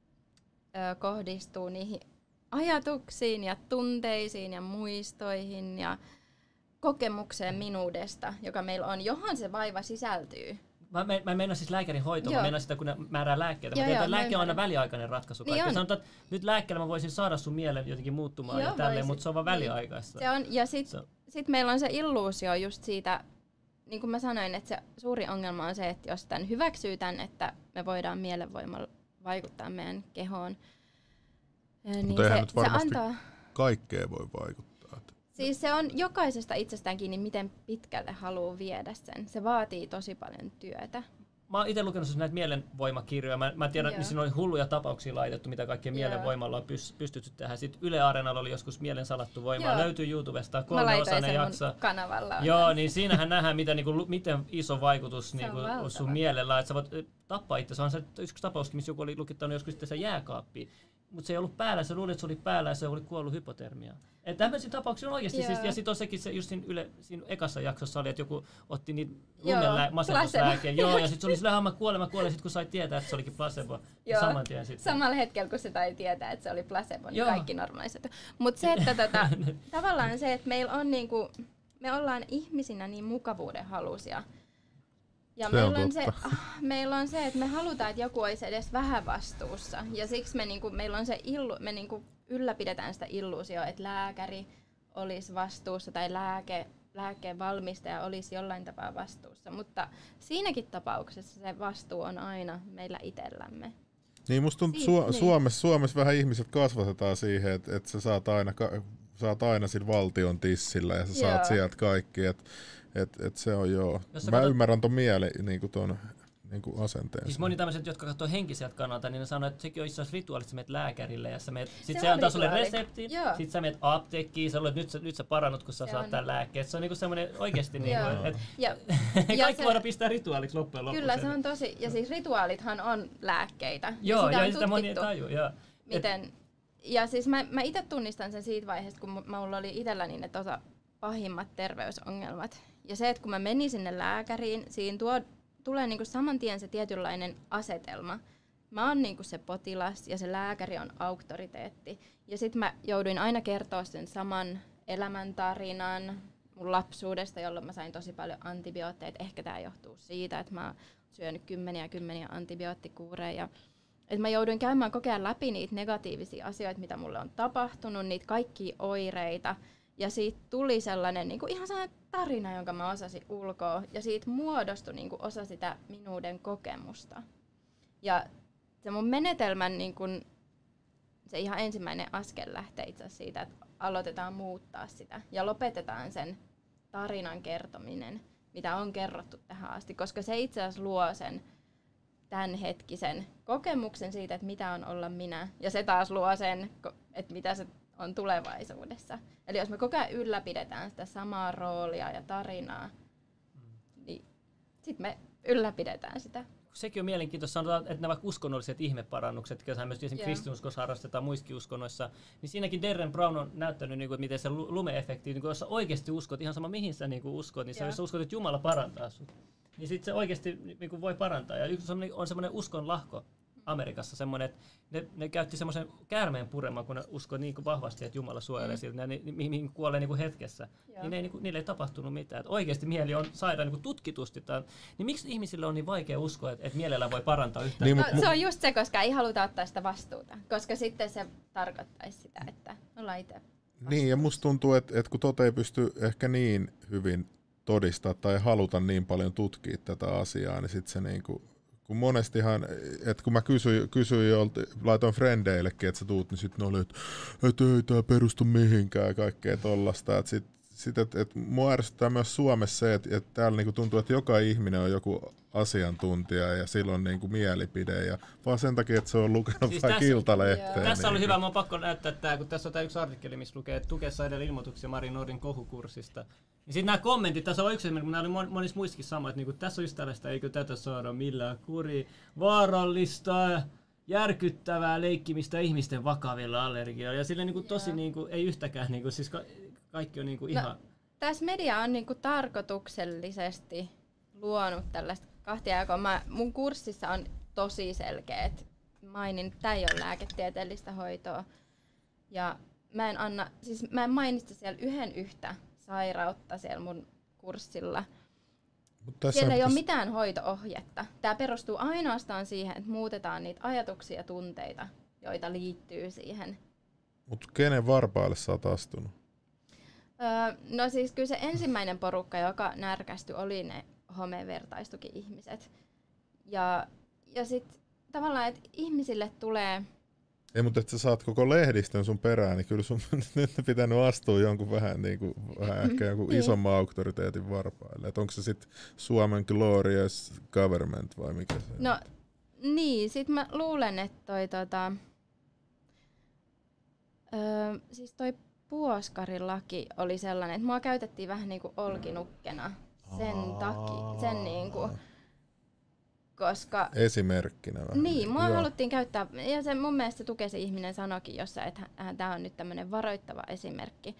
kohdistuu niihin ajatuksiin ja tunteisiin ja muistoihin ja kokemukseen minuudesta, joka meillä on, johon se vaiva sisältyy. Mä en meinaa siis lääkärin hoitoa, mä meinaan sitä, kun ne määrää lääkkeitä. Mä tiedän, että lääke on aina väliaikainen ratkaisu. Niin sanotaan, että nyt lääkkeellä mä voisin saada sun mielen jotenkin muuttumaan ja tälleen, mutta se on vaan väliaikaista. Se on, ja sit meillä on se illuusio just siitä, niin kuin mä sanoin, että se suuri ongelma on se, että jos tämän hyväksyy tämän, että me voidaan mielenvoimalla vaikuttaa meidän kehoon, niin se antaa... kaikkea voi vaikuttaa. Siis se on jokaisesta itsestään kiinni, miten pitkälle haluaa viedä sen. Se vaatii tosi paljon työtä. Mä oon itse lukenut siis näitä mielenvoimakirjoja. Mä tiedän, että siinä oli hulluja tapauksia laitettu, mitä kaikkea mielenvoimalla on pystytty tehdä. Sitten Yle Areenalla oli joskus Mielen salattu voima. Löytyy YouTubesta 3-osainen jakso. Kanavalla. Joo, niin siinähän nähdään, miten iso vaikutus sun mielellä. Että sä voit tappaa itse. Se on se yksi tapauskin, missä joku oli lukittanut joskus sitten se jääkaappiin. Mutta se ei ollut päällä, se luuli, että se oli päällä ja se oli kuollut hypotermiaan. Tämmöisiä tapauksia on oikeasti. Siis, ja sitten on sekin se, just siinä ekassa jaksossa oli, että joku otti niitä masennuslääkkeitä. Joo, ja sitten se oli sillä mä kuolen, sitten kun sai tietää, että se olikin placebo. Saman tien sitten. Samalla hetkellä, kun se sai tietää, että se oli placebo, niin kaikki normaliset. Mutta se, että tavallaan se, että meillä on niinku, me ollaan ihmisinä niin mukavuuden halusia. Ja meillä on se, että me halutaan, että joku olisi edes vähän vastuussa. Ja siksi meillä on se me ylläpidetään sitä illuusioa, että lääkäri olisi vastuussa tai lääkkeen valmistaja olisi jollain tapaa vastuussa. Mutta siinäkin tapauksessa se vastuu on aina meillä itsellämme. Niin musta tuntuu, Suomessa vähän ihmiset kasvatetaan siihen, että sä saat aina sillä valtion tissillä ja sä saat sieltä kaikki. Et se on joo. Mä ymmärrän ton mieli niinku ton niinku asenteen. Siis moni tämmöiset, jotka katsoo henkiseltä kannalta, niin ne sanoo, että sekin on itse asiassa rituaali, että sä menet lääkärille ja sit se antaa sulle reseptin, sit sä menet apteekkiin, sä luulet, että nyt sä parannut, kun sä saat tän lääkkeen. Se on niinku semmoinen oikeesti niinku, että kaikki voidaan pistää rituaaliksi loppujen lopuksi. Kyllä se on tosi, ja siis rituaalithan on lääkkeitä. Joo, ja sitä moni ei taju. Miten, ja siis mä itse tunnistan sen siitä vaiheesta, kun mulla oli itselläni ne pahimmat terveysongelmat. Ja se, että kun mä menin sinne lääkäriin, siinä tulee niinku saman tien se tietynlainen asetelma. Mä oon niinku se potilas ja se lääkäri on auktoriteetti. Ja sit mä jouduin aina kertoa sen saman elämäntarinan mun lapsuudesta, jolloin mä sain tosi paljon antibiootteja. Ehkä tää johtuu siitä, että mä oon syönyt kymmeniä antibioottikuureja. Et mä jouduin käymään koko ajan läpi niitä negatiivisia asioita, mitä mulle on tapahtunut, niitä kaikkia oireita. Ja siitä tuli sellainen niinku ihan sellainen tarina, jonka mä osasin ulkoa. Ja siitä muodostui niinku osa sitä minuuden kokemusta. Ja se mun menetelmän niinku, se ihan ensimmäinen askel lähtee itse asiassa siitä, että aloitetaan muuttaa sitä. Ja lopetetaan sen tarinan kertominen, mitä on kerrottu tähän asti. Koska se itse asiassa luo sen tämänhetkisen kokemuksen siitä, että mitä on olla minä. Ja se taas luo sen, että mitä se on tulevaisuudessa. Eli jos me koko ajan ylläpidetään sitä samaa roolia ja tarinaa, niin sitten me ylläpidetään sitä. Sekin on mielenkiintoista, sanotaan, että nämä uskonnolliset ihmeparannukset, jotka myös esimerkiksi kristinuskossa harrastetaan muissakin uskonnoissa, niin siinäkin Derren Brown on näyttänyt, että miten se lume-efekti, jos sä oikeasti uskot, ihan sama mihin sä uskot, niin jos sä uskot, että Jumala parantaa sut, niin sitten se oikeasti voi parantaa. Ja yksi on semmoinen uskonlahko Amerikassa, semmoinen, että ne käytti semmoisen käärmeen pureman, kun ne uskoi niin vahvasti, että Jumala suojelee siltä, ja mihin kuolee niin hetkessä. Niin niille ei tapahtunut mitään. Että oikeasti mieli on sairaan niin tutkitusti. Niin miksi ihmisille on niin vaikea uskoa, että mielellä voi parantaa yhtään? Niin, se on just se, koska ei haluta ottaa sitä vastuuta. Koska sitten se tarkoittaisi sitä, että ollaan itse vastuuta. Niin, ja musta tuntuu, että kun ei pysty ehkä niin hyvin todistaa tai haluta niin paljon tutkia tätä asiaa, niin sitten se niinku... Kun monestihan, että kun mä kysyin laitoin frendeillekin, että sä tuut, niin sitten ne oli, että ei tää perustu mihinkään ja kaikkea tollasta. Sitten et mua ärsyttää myös Suomessa se, että täällä niinku tuntuu, että joka ihminen on joku asiantuntija ja silloin niinku mielipide. Ja vaan sen takia, että se on lukenut siis vaikka Iltalehteen. Tässä oli hyvä, mun on pakko näyttää tämä, kun tässä on tämä yksi artikkeli, missä lukee, että Tukessa edellä ilmoituksia Mari Nordin kohukurssista. Ja sitten nämä kommentit, tässä on yksi esimerkki, nämä oli monissa muissakin sama, että niinku, tässä on just tällaista, eikö tätä saada millään kuri, vaarallista, järkyttävää leikkimistä ihmisten vakavilla allergioilla. Ja sille niinku, tosi niinku, ei yhtäkään, niinku, siis kaikki on niinku, ihan... Tässä media on niinku tarkoituksellisesti luonut tällaista kahtiajakoa. Mun kurssissa on tosi selkeät. Mainin, että tämä ei ole lääketieteellistä hoitoa. Ja mä en mainitse siellä yhtä sairautta siellä mun kurssilla. Siellä ei ole mitään hoito-ohjetta. Tämä perustuu ainoastaan siihen, että muutetaan niitä ajatuksia ja tunteita, joita liittyy siihen. Mutta kenen varpaille sä oot astunut? No siis kyllä se ensimmäinen porukka, joka närkästyi, oli ne homevertaistuki-ihmiset. Ja sitten tavallaan, että ihmisille tulee... Ei, mutta että sä saat koko lehdistön sun perään, niin kyllä sun nyt pitänyt astua jonkun vähän, niin kuin, vähän ehkä jonkun isomman auktoriteetin varpaille. Et onko se sitten Suomen Glorious Government vai mikä se on? No niin, sit mä luulen, että siis toi puoskarilaki oli sellainen, että mua käytettiin vähän niinku olkinukkena sen takia, sen niinku, koska... Esimerkkinä vähän. Niin, mua haluttiin käyttää, ja se mun mielestä Tukesi ihminen sanoikin jossain, että tää on nyt tämmönen varoittava esimerkki.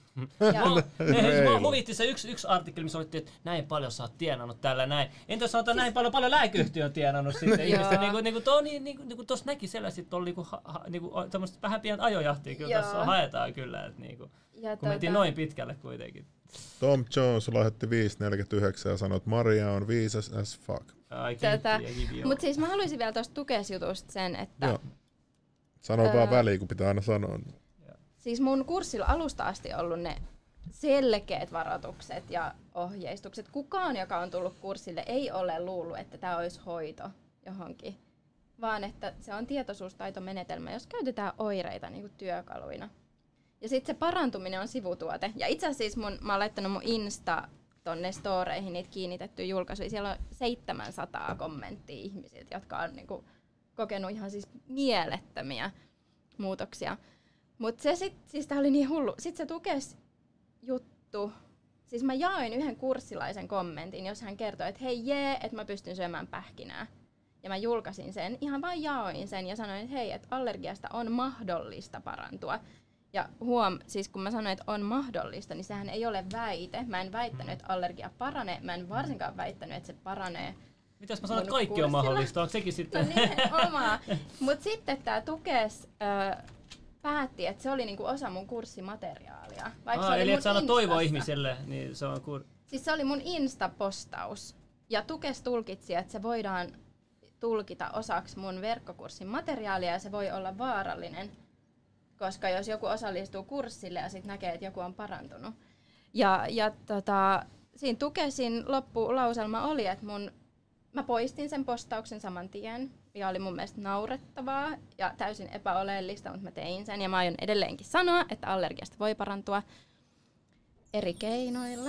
Mua huvitti se yksi artikkeli, missä olittiin, että näin paljon sä oot tienannut tällä näin. Entä jos sanotaan näin paljon lääkeyhtiö on tienannut sitten ihmistä. Niin tuossa näki selvästi, että on tämmöistä vähän pientä ajojahtia kyllä tässä haetaan kyllä. Että kun mentiin noin pitkälle kuitenkin. Tom Jones lähetti 5.49 ja sanoi, että Maria on viisas as fuck. Mutta siis mä haluaisin vielä tuosta Tukes-jutusta sen, että... Joo. Sano vaan väliin, kun pitää aina sanoa. Siis mun kurssilla alusta asti ollut ne selkeät varoitukset ja ohjeistukset. Kukaan, joka on tullut kurssille, ei ole luullut, että tämä olisi hoito johonkin, vaan että se on tietoisuustaitomenetelmä, jos käytetään oireita niin kuin työkaluina. Ja sitten se parantuminen on sivutuote. Ja itse asiassa mä oon laittanut mun Insta tonne storeihin niitä kiinnitettyjä julkaisuja. Siellä on 700 kommenttia ihmisiltä, jotka on niin kuin kokenut ihan siis mielettömiä muutoksia. Mut se siis tää oli niin hullu. Sitten se Tukes juttu. Siis mä jaoin yhden kurssilaisen kommentin, jos hän kertoi, että hei että mä pystyn syömään pähkinää. Ja mä julkaisin sen, ihan vain jaoin sen ja sanoin, että hei, että allergiasta on mahdollista parantua. Ja siis kun mä sanoin, että on mahdollista, niin sehän ei ole väite. Mä en väittänyt, että allergia paranee. Mä en varsinkaan väittänyt, että se paranee. Mitäs mä sanon, että kaikki on mahdollista? Onko sekin sitten? Nimenomaan. Mut sitten tää Tukes... päätti, että se oli niinku osa mun kurssimateriaalia. Eli et sä toivoa ihmiselle, niin se on Siis se oli mun Insta-postaus. Ja Tukes tulkitsi, että se voidaan tulkita osaksi mun verkkokurssin materiaalia ja se voi olla vaarallinen, koska jos joku osallistuu kurssille ja sitten näkee, että joku on parantunut. Ja siinä Tukesin loppulauselma oli, että mä poistin sen postauksen saman tien, mikä oli mun mielestä naurettavaa ja täysin epäoleellista, mutta mä tein sen. Ja mä aion edelleenkin sanoa, että allergiasta voi parantua eri keinoilla.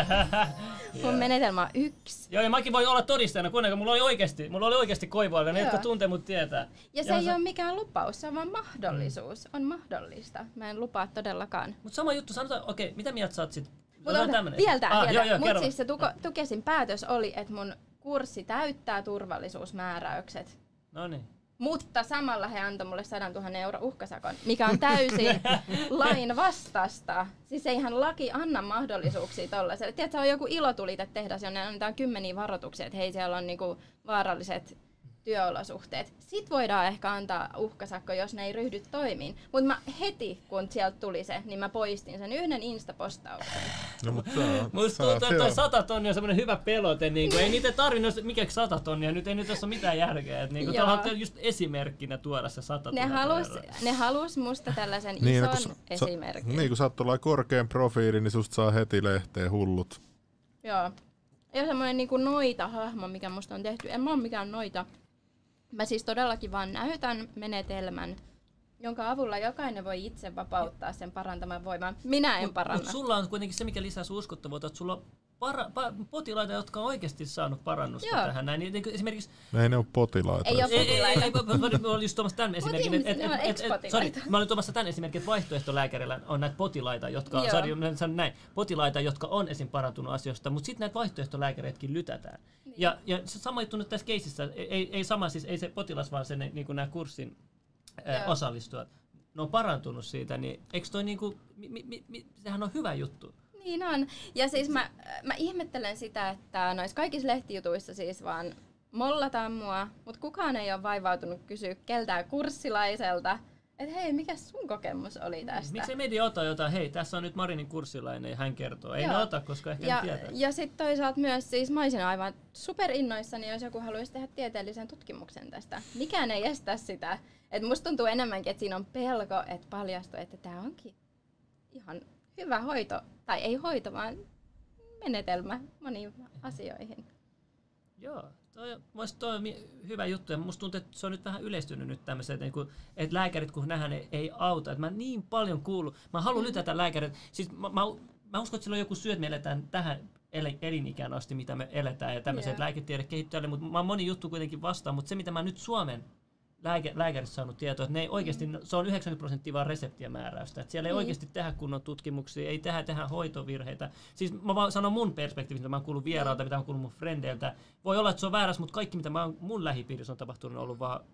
Mun menetelmä on 1. Joo, ja mäkin voin olla todistajana, kun mulla oli oikeasti koivuaika, ne jotka tuntee mut tietää. Ja se ei ole mikään lupaus, se on vaan mahdollisuus. On mahdollista. Mä en lupaa todellakaan. Mut sama juttu, sanotaan, okei, mitä mieltä sä oot sit? Vielä. Mut siis se Tukesin päätös oli, että mun kurssi täyttää turvallisuusmääräykset. Noniin. Mutta samalla he antoi mulle 100 000 € uhkasakon, mikä on täysin lain vastasta. Siis eihän laki anna mahdollisuuksia tollaiselle. Tiedätkö, on joku ilotulite-tehdas, jonne annetaan 10 varoituksia, että hei, siellä on niinku vaaralliset työolosuhteet. Sitten voidaan ehkä antaa uhkasakko, jos ne ei ryhdy toimiin. Mutta mä heti, kun sieltä tuli se, niin mä poistin sen yhden Insta-postauksen. No, mutta musta tuntuu, että toi 100 tonnia on semmoinen hyvä pelote. Niin ei niitä tarvinnut mikäksi 100 tonnia. Nyt ei nyt tässä ole mitään järkeä. Niin tuolla on just esimerkkinä tuoda se 100 000 Ne halus musta tällaisen ison esimerkin. Niin, kun sä oot tuollainen korkean profiili, niin susta saa heti lehteen hullut. Joo. Ei ole semmoinen niinku noita-hahmo, mikä musta on tehty. En mä ole mikään noita. Mä siis todellakin vaan näytän menetelmän jonka avulla jokainen voi itse vapauttaa sen parantaman voiman. Minä en paranna. Mutta sulla on kuitenkin se, mikä lisää sun uskottavuutta, että sulla on potilaita, jotka on oikeasti saanut parannusta tähän. Näin. Niin, esimerkiksi, ei ne ole potilaita. Ei ole potilaita. Mä olin just tuomassa tämän esimerkin. Mä olin tuomassa tämän esimerkin, että vaihtoehtolääkärillä on näitä potilaita, jotka potilaita, jotka on esim. Parantunut asioista, mutta sitten näitä vaihtoehtolääkäreitkin lytätään. Niin. Ja se sama juttu nyt tässä keisissä, ei se potilas, vaan se niin nämä kurssin osallistujat, ne on parantunut siitä, niin eikö toi sehän on hyvä juttu? Niin on. Ja siis mä ihmettelen sitä, että noissa kaikissa lehtijutuissa siis vaan mollataan mua, mutta kukaan ei ole vaivautunut kysyä keltään kurssilaiselta, että hei, mikä sun kokemus oli tästä? Miksi media ota jotain, hei, tässä on nyt Marinin kurssilainen ja hän kertoo. Ei ne ota, koska ehkä en tiedä. Ja sitten toisaalta myös, siis mä olisin aivan superinnoissani, jos joku haluaisi tehdä tieteellisen tutkimuksen tästä. Mikään ei estä sitä. Et musta tuntuu enemmänkin, että siinä on pelko, että paljastuu, että tämä onkin ihan hyvä hoito, tai ei hoito, vaan menetelmä moniin asioihin. Joo, toi on hyvä juttu, ja musta tuntuu, että se on nyt vähän yleistynyt nyt tämmöiset, että lääkärit kun nähdään ei auta, että mä niin paljon kuulun, mä haluan lytätä lääkärit, siis mä uskon, että sillä on joku syy, että me eletään tähän elinikään asti, mitä me eletään, ja tämmöiset lääketiede kehittyjälle, mutta mä oon moni juttu kuitenkin vastaan, mutta se mitä mä nyt Suomen lääkäristä saanut tietoa, että ne ei oikeasti, se on 90% vaan reseptien määräystä. Että siellä ei oikeasti tehdä kunnon tutkimuksia, ei tehdä hoitovirheitä. Siis mä vaan sanon mun perspektiivistä, mitä mä oon kuullut vieraalta, mitä mä oon kuullut mun frendeiltä. Voi olla, että se on väärässä, mutta kaikki mitä mun lähipiirissä on tapahtunut on ollut vaan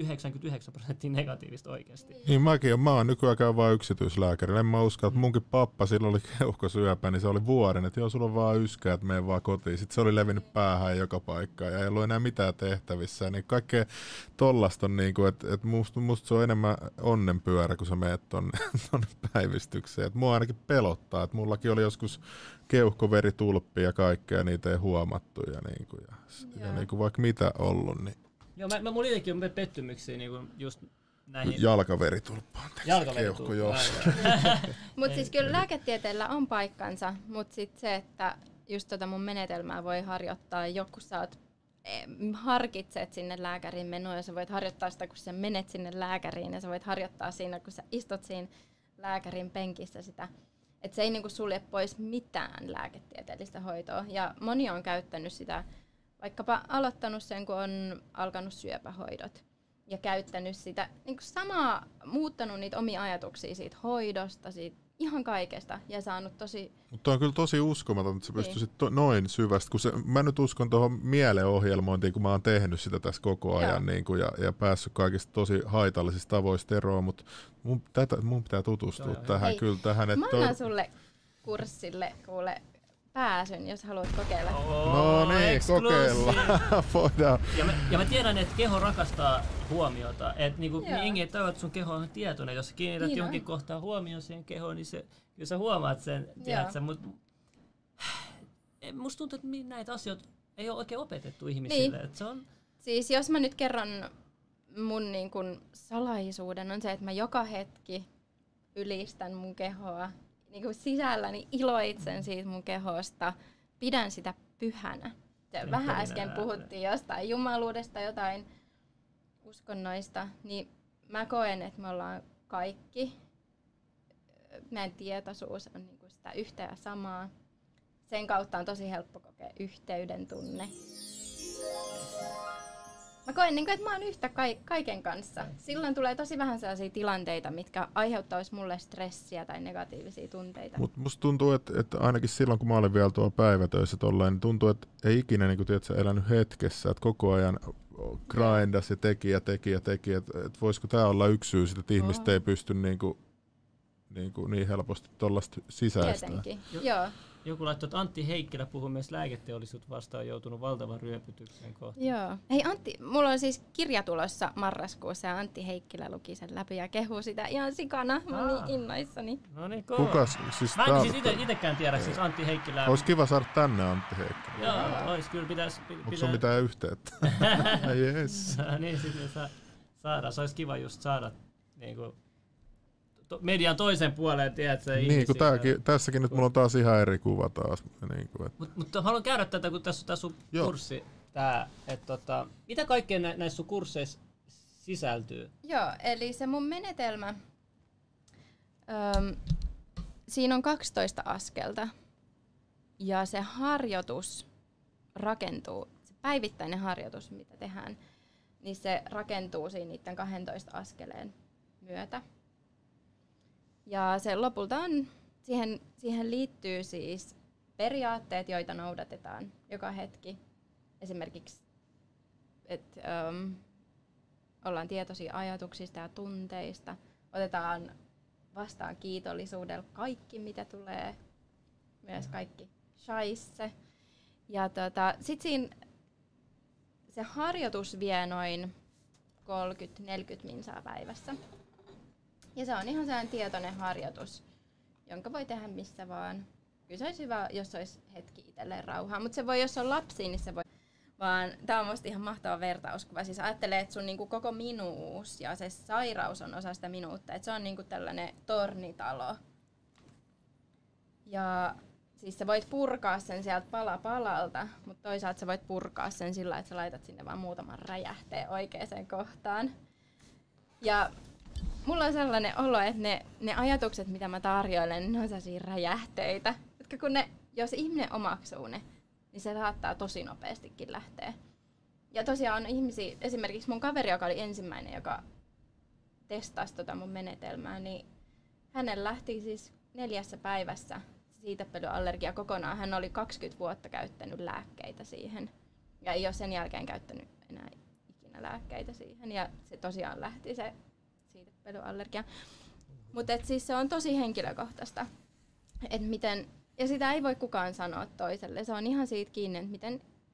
99% negatiivista oikeasti. Niin mä oon nykyään vain yksityislääkäri. En mä usko, että munkin pappa, sillä oli keuhkosyöpä, niin se oli vuoden, että joo, sulla on vaan yskää, että mene vaan kotiin. Sitten se oli levinnyt päähän joka paikkaan ja ei ollut enää mitään tehtävissä. Niin kaikkea tollasta on, niin kuin, että musta se on enemmän onnenpyörä, kun sä menet tonne päivystykseen. Et mua ainakin pelottaa, että mullakin oli joskus keuhkoveritulppi ja kaikkea, niitä ei huomattu ja niin kuin vaikka mitä ollut. Niin. Joo, mulla itsekin on pettymyksiä niin just näihin. Jalkaveritulppaan. Keuhko jossain. Mutta siis kyllä lääketieteellä on paikkansa, mutta sitten se, että just mun menetelmää voi harjoittaa, joku sä harkitset sinne lääkäriin menoa ja sä voit harjoittaa sitä, kun sä menet sinne lääkäriin ja sä voit harjoittaa siinä, kun sä istut siinä lääkärin penkissä sitä. Että se ei niinku sulje pois mitään lääketieteellistä hoitoa ja moni on käyttänyt sitä. Vaikkapa aloittanut sen, kun on alkanut syöpähoidot ja käyttänyt sitä niin samaa, muuttanut niitä omia ajatuksia siitä hoidosta, siitä ihan kaikesta ja saanut tosi... Mutta on kyllä tosi uskomaton, että sä pystyisit noin syvästi, kun mä nyt uskon tuohon mielenohjelmointiin, kun mä oon tehnyt sitä tässä koko ajan niin kuin, ja päässyt kaikista tosi haitallisista tavoista eroon, mutta mun pitää tutustua tähän. Kyllä tähän. Mä annan sulle kurssille, kuule, pääsyn, jos haluat kokeilla. No niin, kokeillaan. Voidaan. Ja mä tiedän, että keho rakastaa huomiota. Että niinku, jengi ei tajua, että sun keho on tietoinen. Jos sä kiinnität johonkin kohtaan huomioon siihen kehoon, niin kyllä sä huomaat sen. Musta tuntuu, että näitä asioita ei ole oikein opetettu ihmisille. Niin. Että se on... Siis jos mä nyt kerron mun niin kun salaisuuden, on se, että mä joka hetki ylistän mun kehoa. Niin kuin sisälläni iloitsen siitä mun kehosta, pidän sitä pyhänä. Vähän äsken puhuttiin jostain jumaluudesta, jotain uskonnoista, niin mä koen, että me ollaan kaikki, meidän tietoisuus on niin kuin sitä yhtä ja samaa. Sen kautta on tosi helppo kokea yhteyden tunne. Mä koen, että mä oon yhtä kaiken kanssa. Silloin tulee tosi vähän sellaisia tilanteita, mitkä aiheuttaisi mulle stressiä tai negatiivisia tunteita. Mutta musta tuntuu, että ainakin silloin, kun mä olin vielä tuolla päivätöissä tolleen, niin tuntuu, että ei ikinä niin elänyt hetkessä, että koko ajan grindas ja teki. Että voisiko tää olla yksi syy, että ihmiset ei pysty niin helposti tollaista sisäistämään. Tietenkin, joo. Joku laittoi, että Antti Heikkilä puhuu myös lääketeollisuutta vastaan joutunut valtavan ryöpytykseen kohtaan. Joo. Hei Antti, mulla on siis kirja tulossa marraskuussa ja Antti Heikkilä luki sen läpi ja kehuu sitä ihan sikana. Mä oon niin innoissani. No niin, kukas? Siis mä en siis itekään tiedä, siis Antti Heikkilä. Olisi kiva saada tänne Antti Heikkilä. Joo, olisi kyllä pitäisi. Onko sun mitään yhteyttä? Yes. Niin, sitten saadaan. Se olisi kiva just saada niinku median toisen puoleen, tiedätkö? Niin, kun tässäkin nyt mulla on taas ihan eri kuva taas. Niin mutta haluan käydä tätä, kun tässä on sun kurssi. Mitä kaikkea näissä sun kursseissa sisältyy? Joo, eli se mun menetelmä, siinä on 12 askelta ja se harjoitus rakentuu, se päivittäinen harjoitus, mitä tehdään, niin se rakentuu siinä niiden 12 askeleen myötä. Ja se lopulta on, siihen liittyy siis periaatteet, joita noudatetaan joka hetki. Esimerkiksi, että ollaan tietoisia ajatuksista ja tunteista, otetaan vastaan kiitollisuudella kaikki, mitä tulee, myös kaikki shaisse. Ja sit siinä se harjoitus vie noin 30-40 minsaa päivässä. Ja se on ihan sellainen tietoinen harjoitus, jonka voi tehdä missä vaan. Kyllä se olisi hyvä, jos olisi hetki itselleen rauhaa, mutta se voi, jos on lapsi, niin se voi. Vaan tää on musta ihan mahtava vertauskuva. Siis ajattelee, että sun niinku koko minuus ja se sairaus on osa sitä minuutta. Että se on niinku tällainen tornitalo. Ja siis sä voit purkaa sen sieltä pala palalta, mutta toisaalta sä voit purkaa sen sillä, että sä laitat sinne vaan muutaman räjähteen oikeaan kohtaan. Ja mulla on sellainen olo, että ne ajatukset, mitä mä tarjoilen, ne on sellaisia räjähteitä. Jotka kun jos ihminen omaksuu ne, niin se saattaa tosi nopeastikin lähteä. Ja tosiaan on ihmisiä, esimerkiksi mun kaveri, joka oli ensimmäinen, joka testasi mun menetelmää, niin hänellä lähti siis 4 päivässä siitepölyallergia kokonaan. Hän oli 20 vuotta käyttänyt lääkkeitä siihen ja ei ole sen jälkeen käyttänyt enää ikinä lääkkeitä siihen. Ja se tosiaan lähti se siitepölyallergia. Mutta siis se on tosi henkilökohtaista, että miten. Ja sitä ei voi kukaan sanoa toiselle. Se on ihan siitä kiinni, että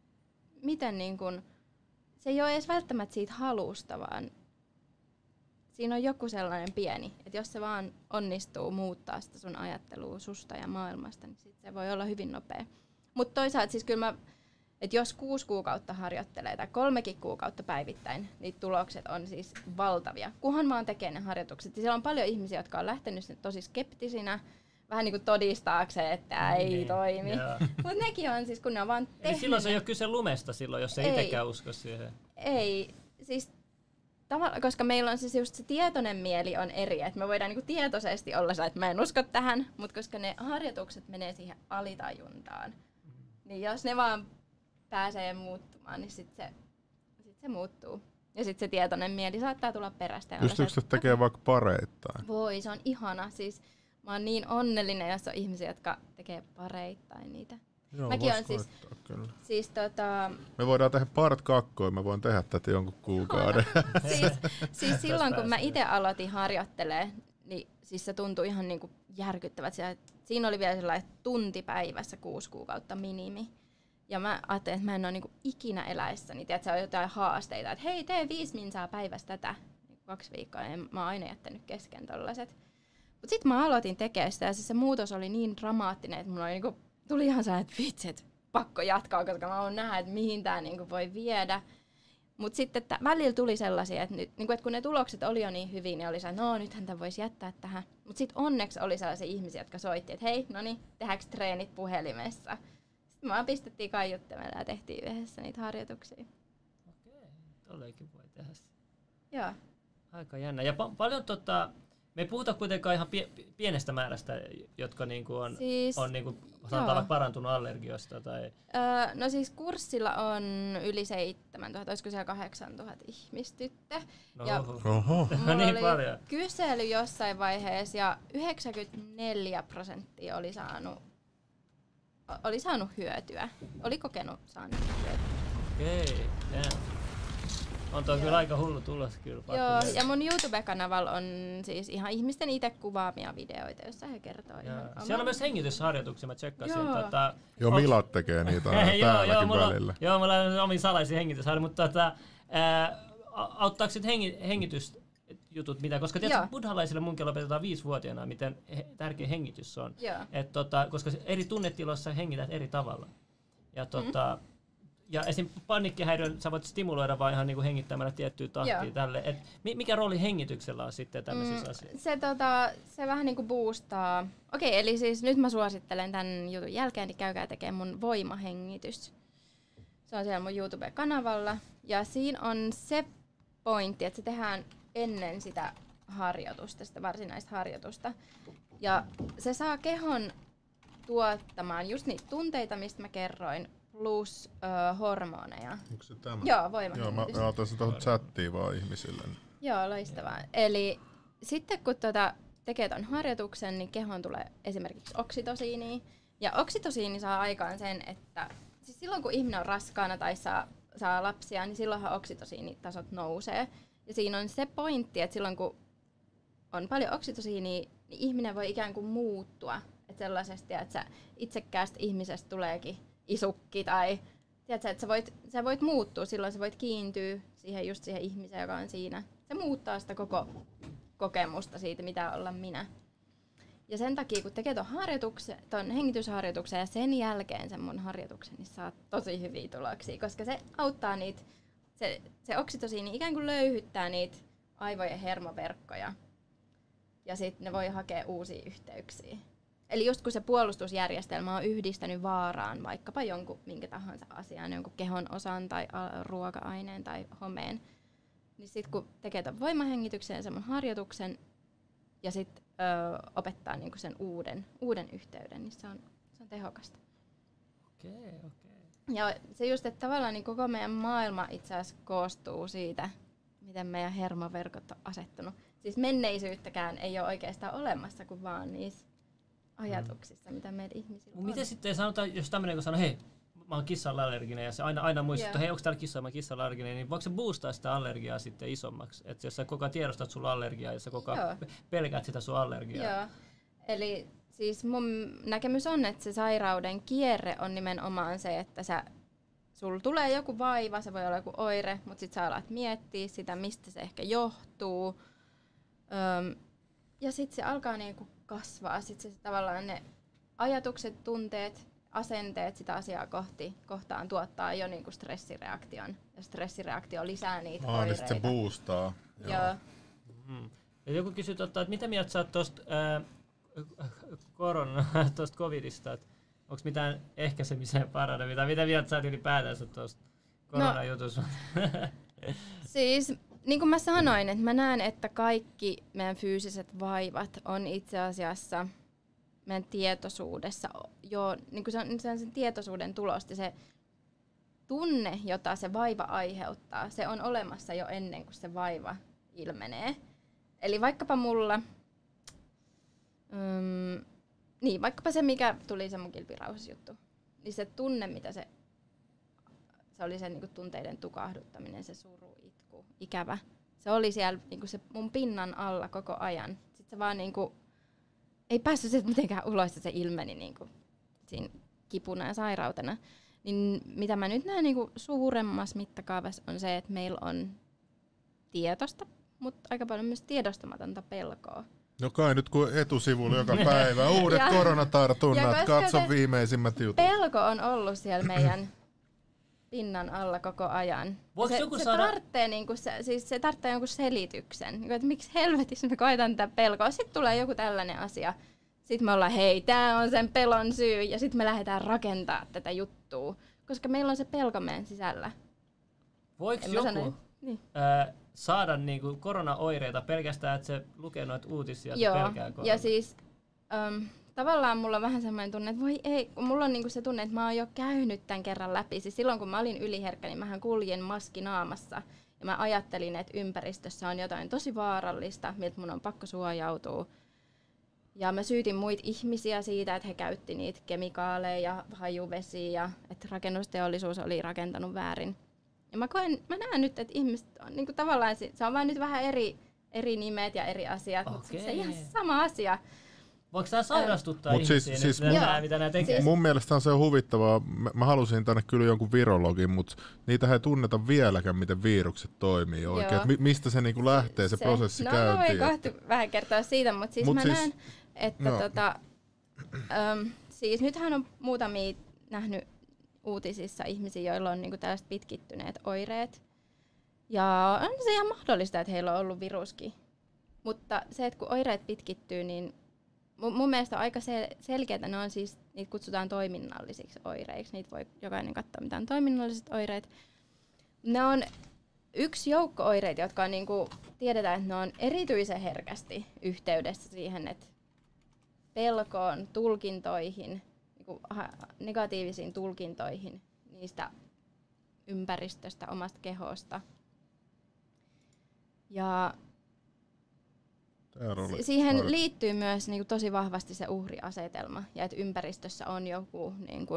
miten niin kun, se ei ole edes välttämättä siitä halusta, vaan siinä on joku sellainen pieni, että jos se vaan onnistuu muuttaa sitä sun ajattelua susta ja maailmasta, niin sit se voi olla hyvin nopea. Mutta toisaalta siis kyllä että jos 6 kuukautta harjoittelee tai 3 kuukautta päivittäin, niin tulokset on siis valtavia. Kunhan vaan tekee ne harjoitukset. Ja siellä on paljon ihmisiä, jotka on lähtenyt tosi skeptisinä, vähän niin kuin todistaakseen, että ei toimi. Mutta nekin on siis, kun ne on vaan tehnyt. Eli silloin se ei ole kyse lumesta silloin, jos ei itsekään usko siihen. Ei, siis koska meillä on siis just se tietoinen mieli on eri, että me voidaan niinku tietoisesti olla se, että mä en usko tähän, mutta koska ne harjoitukset menee siihen alitajuntaan, niin jos ne vaan pääsee muuttumaan, niin sit se muuttuu. Ja sitten se tietoinen mieli saattaa tulla perästä. Pystyykö se tekemään vaikka pareittain? Voi, se on ihana. Siis mä oon niin onnellinen, jos on ihmisiä, jotka tekee pareittain niitä. Joo, mäkin on siis me voidaan tehdä part 2, mä voin tehdä tätä jonkun kuukauden. siis silloin kun mä itse aloitin harjoittelemaan, niin siis se tuntui ihan niinku järkyttävältä. Siinä oli vielä sellainen tunti päivässä 6 kuukautta minimi. Ja mä ajattelin, että mä en ole niinku ikinä eläessäni. Tiedätkö, on jotain haasteita, että hei, tee 5 minsaa päivässä tätä 2 viikkoa. Ja mä oon aina jättänyt kesken tollaset. Mut sit mä aloitin tekemään sitä ja siis se muutos oli niin dramaattinen, että mulla oli niinku, tuli ihan sellainen, että vitsi, että pakko jatkaa, koska mä oon nähdä, että mihin tää niinku voi viedä. Mut sitten välillä tuli sellaisia, että, niinku, että kun ne tulokset oli jo niin hyvin, niin oli se, että no nythän tämän voisi jättää tähän. Mut sit onneksi oli sellaisia ihmisiä, jotka soitti, että hei, no niin, tehdäänkö treenit puhelimessa? Sitten mä pistettiin kaiuttimella ja tehtiin yhdessä niitä harjoituksia. Okei, tolleenkin voi tehdä. Joo. Aika jännä. Ja paljon me ei puhuta kuitenkaan ihan pienestä määrästä, jotka niinku on niinku, sanotaan parantunut allergioista. Tai. No siis kurssilla on yli 7000, olisiko siellä 8000 ihmistyttä. Oho. Mulla niin oli paljon. kysely jossain vaiheessa ja 94% oli saanut hyötyä. Oli kokenut saanut hyötyä. Okei, on tuo kyllä aika hullu tulos kyllä. Joo, ja mun YouTube-kanavalla on siis ihan ihmisten itse kuvaamia videoita, joissa he kertoo ihan siellä on myös hengitysharjoituksia, mä tsekkasin. Joo, Milat tekee niitä täälläkin välillä. Joo, mulla on omin salaisia hengitysharjoituksia, mutta auttaako sitten hengitysjutut mitä? Koska tiedätkö, buddhalaisille munkeille opetetaan 5-vuotiaana, miten tärkeä hengitys on. Koska eri tunnetiloissa hengität eri tavalla. Ja ja esim. Paniikkihäiriön sä voit stimuloida vaan ihan niinku hengittämällä tiettyä tahtia tälle. Et mikä rooli hengityksellä on sitten tämmöisissä asioissa? Se vähän niinku boostaa. Okei, eli siis nyt mä suosittelen tämän jutun jälkeen, niin käykää tekemään mun voimahengitys. Se on siellä mun YouTube-kanavalla. Ja siinä on se pointti, että se tehdään ennen sitä harjoitusta, sitä varsinaista harjoitusta. Ja se saa kehon tuottamaan just niitä tunteita, mistä mä kerroin, plus hormoneja. Onko se tämä? Joo, voimahengitys. Joo, mä otan se tuohon chattiin vaan ihmisille. Joo, loistavaa. Eli sitten kun tekee ton harjoituksen, niin kehoon tulee esimerkiksi oksitosiinia. Ja oksitosiini saa aikaan sen, että siis silloin kun ihminen on raskaana tai saa lapsia, niin silloinhan oksitosiinitasot nousee. Ja siinä on se pointti, että silloin kun on paljon oksitosiinia, niin ihminen voi ikään kuin muuttua. Että sellaisesti, että sä itsekkäästä ihmisestä tuleekin isukki tai tiedätkö, että sä voit muuttua, silloin sä voit kiintyä just siihen ihmiseen, joka on siinä. Se muuttaa sitä koko kokemusta siitä, mitä olla minä. Ja sen takia, kun tekee ton hengitysharjoituksen ja sen jälkeen sen mun harjoituksen, niin saat tosi hyviä tuloksia, koska se auttaa niitä, se oksitosiini ikään kuin löyhyttää niitä aivojen hermoverkkoja. Ja sitten ne voi hakea uusia yhteyksiä. Eli just kun se puolustusjärjestelmä on yhdistänyt vaaraan vaikkapa jonkun minkä tahansa asian, jonkun kehon osan tai ruoka-aineen tai homeen, niin sitten kun tekee ton voimahengityksen ja sen mun harjoituksen ja sitten opettaa niinku sen uuden yhteyden, niin se on tehokasta. Okei. Ja se just, että tavallaan niin koko meidän maailma itse asiassa koostuu siitä, miten meidän hermoverkot on asettunut. Siis menneisyyttäkään ei ole oikeastaan olemassa kuin vaan niissä ajatuksissa, mitä meillä ihmisillä on. Miten sitten sanotaan, jos tämmöinen kun sanoo, hei, mä oon kissalle allerginen ja se aina muistuttaa, että hei, onko täällä kissa, mä oon kissalle allerginen, niin voiko se boostaa sitä allergiaa sitten isommaksi? Että jos sä koko ajan tiedostat sulla allergiaa ja sä koko ajan pelkäät sitä sun allergiaa. Joo, eli siis mun näkemys on, että se sairauden kierre on nimenomaan se, että sulla tulee joku vaiva, se voi olla joku oire, mutta sit sä alat miettiä sitä, mistä se ehkä johtuu. Ja sit se alkaa niinku kasvaa, sit se tavallaan ne ajatukset, tunteet, asenteet sitä asiaa kohtaan tuottaa jo niinku stressireaktion. Ja stressireaktio lisää niitä oireita. Niin sit se boostaa. Joo. Ja joku kysyy, että mitä mieltä sä oot tosta tosta covidista, että onko mitään ehkäisemiseen parannemista, tai mitä mieltä sä oot ylipäätänsä tosta koronajutusta? Siis niin kuin mä sanoin, että mä näen, että kaikki meidän fyysiset vaivat on itse asiassa meidän tietoisuudessa jo, niin kuin se on sen tietoisuuden tulosta, se tunne, jota se vaiva aiheuttaa, se on olemassa jo ennen kuin se vaiva ilmenee. Eli vaikkapa mulla, vaikkapa se mikä tuli se mun kilpirauhasjuttu, niin se tunne, mitä se oli se niinku tunteiden tukahduttaminen, se suru, itku, ikävä. Se oli siellä niinku se mun pinnan alla koko ajan. Sitten se vaan niinku, ei päässyt se mitenkään ulos, se ilmeni niinku siinä kipuna ja sairautena. Niin mitä mä nyt näen niinku suuremmassa mittakaavassa on se, että meillä on tietoista, mutta aika paljon myös tiedostamatonta pelkoa. No kai nyt kun etusivulla joka päivä uudet koronatartunnat, katso viimeisimmät jutut. Pelko on ollut siellä meidän pinnan alla koko ajan. Se tarvitsee jonkun selityksen, että miksi helvetissä me koetaan tätä pelkoa. Sitten tulee joku tällainen asia. Sitten me ollaan, hei, tää on sen pelon syy, ja sitten me lähdetään rakentamaan tätä juttua, koska meillä on se pelko meidän sisällä. Voiko joku saada niinku koronaoireita pelkästään, että se lukee noita uutisia, että pelkää koronaa? Ja siis tavallaan mulla on vähän semmoinen tunne, että voi ei, kun mulla on niinku se tunne, että mä oon jo käynyt tämän kerran läpi. Siis silloin kun mä olin yliherkkä, niin mähän kuljen maski naamassa. Ja mä ajattelin, että ympäristössä on jotain tosi vaarallista, miltä mun on pakko suojautua. Ja mä syytin muita ihmisiä siitä, että he käytti niitä kemikaaleja ja hajuvesiä ja että rakennusteollisuus oli rakentanut väärin. Ja mä näen nyt, että ihmiset on niinku tavallaan, se on vain nyt vähän eri nimet ja eri asiat, mutta se on ihan sama asia. Voiko tämä sairastuttaa ihmisiä, siis mitä nämä tekee? Mun mielestä se on huvittavaa. Mä halusin tänne kyllä jonkun virologin, mutta niitä ei tunneta vieläkään, miten virukset toimii oikein. Mistä se niinku lähtee, se prosessi käyntiin. Mä voin kohta vähän kertoa siitä, mutta siis mä näen, että siis nythän on muutamia nähnyt uutisissa ihmisiä, joilla on niinku tällaiset pitkittyneet oireet. Ja on se ihan mahdollista, että heillä on ollut viruskin. Mutta se, että kun oireet pitkittyy, niin mun mielestä on aika selkeää, ne on siis, niitä kutsutaan toiminnallisiksi oireiksi. Niitä voi jokainen katsoa, mitä on toiminnalliset oireet. Ne on yksi joukko oireita, jotka on, niinku, tiedetään, että ne on erityisen herkästi yhteydessä siihen, että pelkoon, tulkintoihin, niinku, negatiivisiin tulkintoihin niistä ympäristöstä, omasta kehosta. Ja siihen liittyy myös niinku, tosi vahvasti se uhriasetelma, ja että ympäristössä on joku niinku,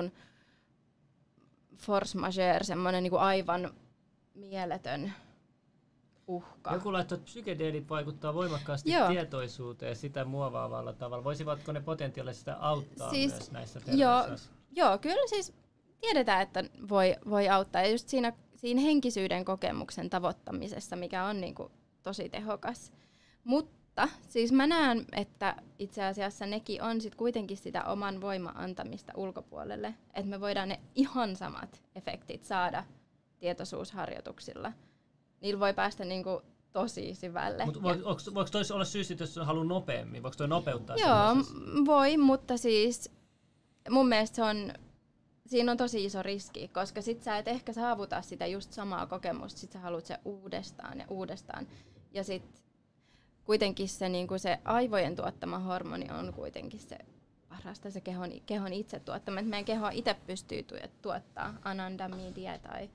force majeure, semmoinen niinku, aivan mieletön uhka. Joku laittoi, että psykedeelit vaikuttaa voimakkaasti tietoisuuteen sitä muovaavalla tavalla. Voisivatko ne potentiaalisesti sitä auttaa myös näissä terveysasioissa? Joo, kyllä siis tiedetään, että voi auttaa. Ja just siinä henkisyyden kokemuksen tavoittamisessa, mikä on niinku tosi tehokas. Mutta siis mä näen, että itse asiassa nekin on sit kuitenkin sitä oman voiman antamista ulkopuolelle. Että me voidaan ne ihan samat efektit saada tietoisuusharjoituksilla. Niillä voi päästä niinku tosi syvälle. Mutta voiko toisi olla syy, jos haluaa nopeammin? Voiko toi nopeuttaa? Joo, voi, mutta siis mun mielestä siinä on tosi iso riski, koska sit sä et ehkä saavuta sitä just samaa kokemusta, sit sä haluat se uudestaan ja uudestaan. Ja sit kuitenkin se, niinku se aivojen tuottama hormoni on kuitenkin se parasta, se kehon itse tuottama. Meidän keho itse pystyy tuottaa anandamidia tai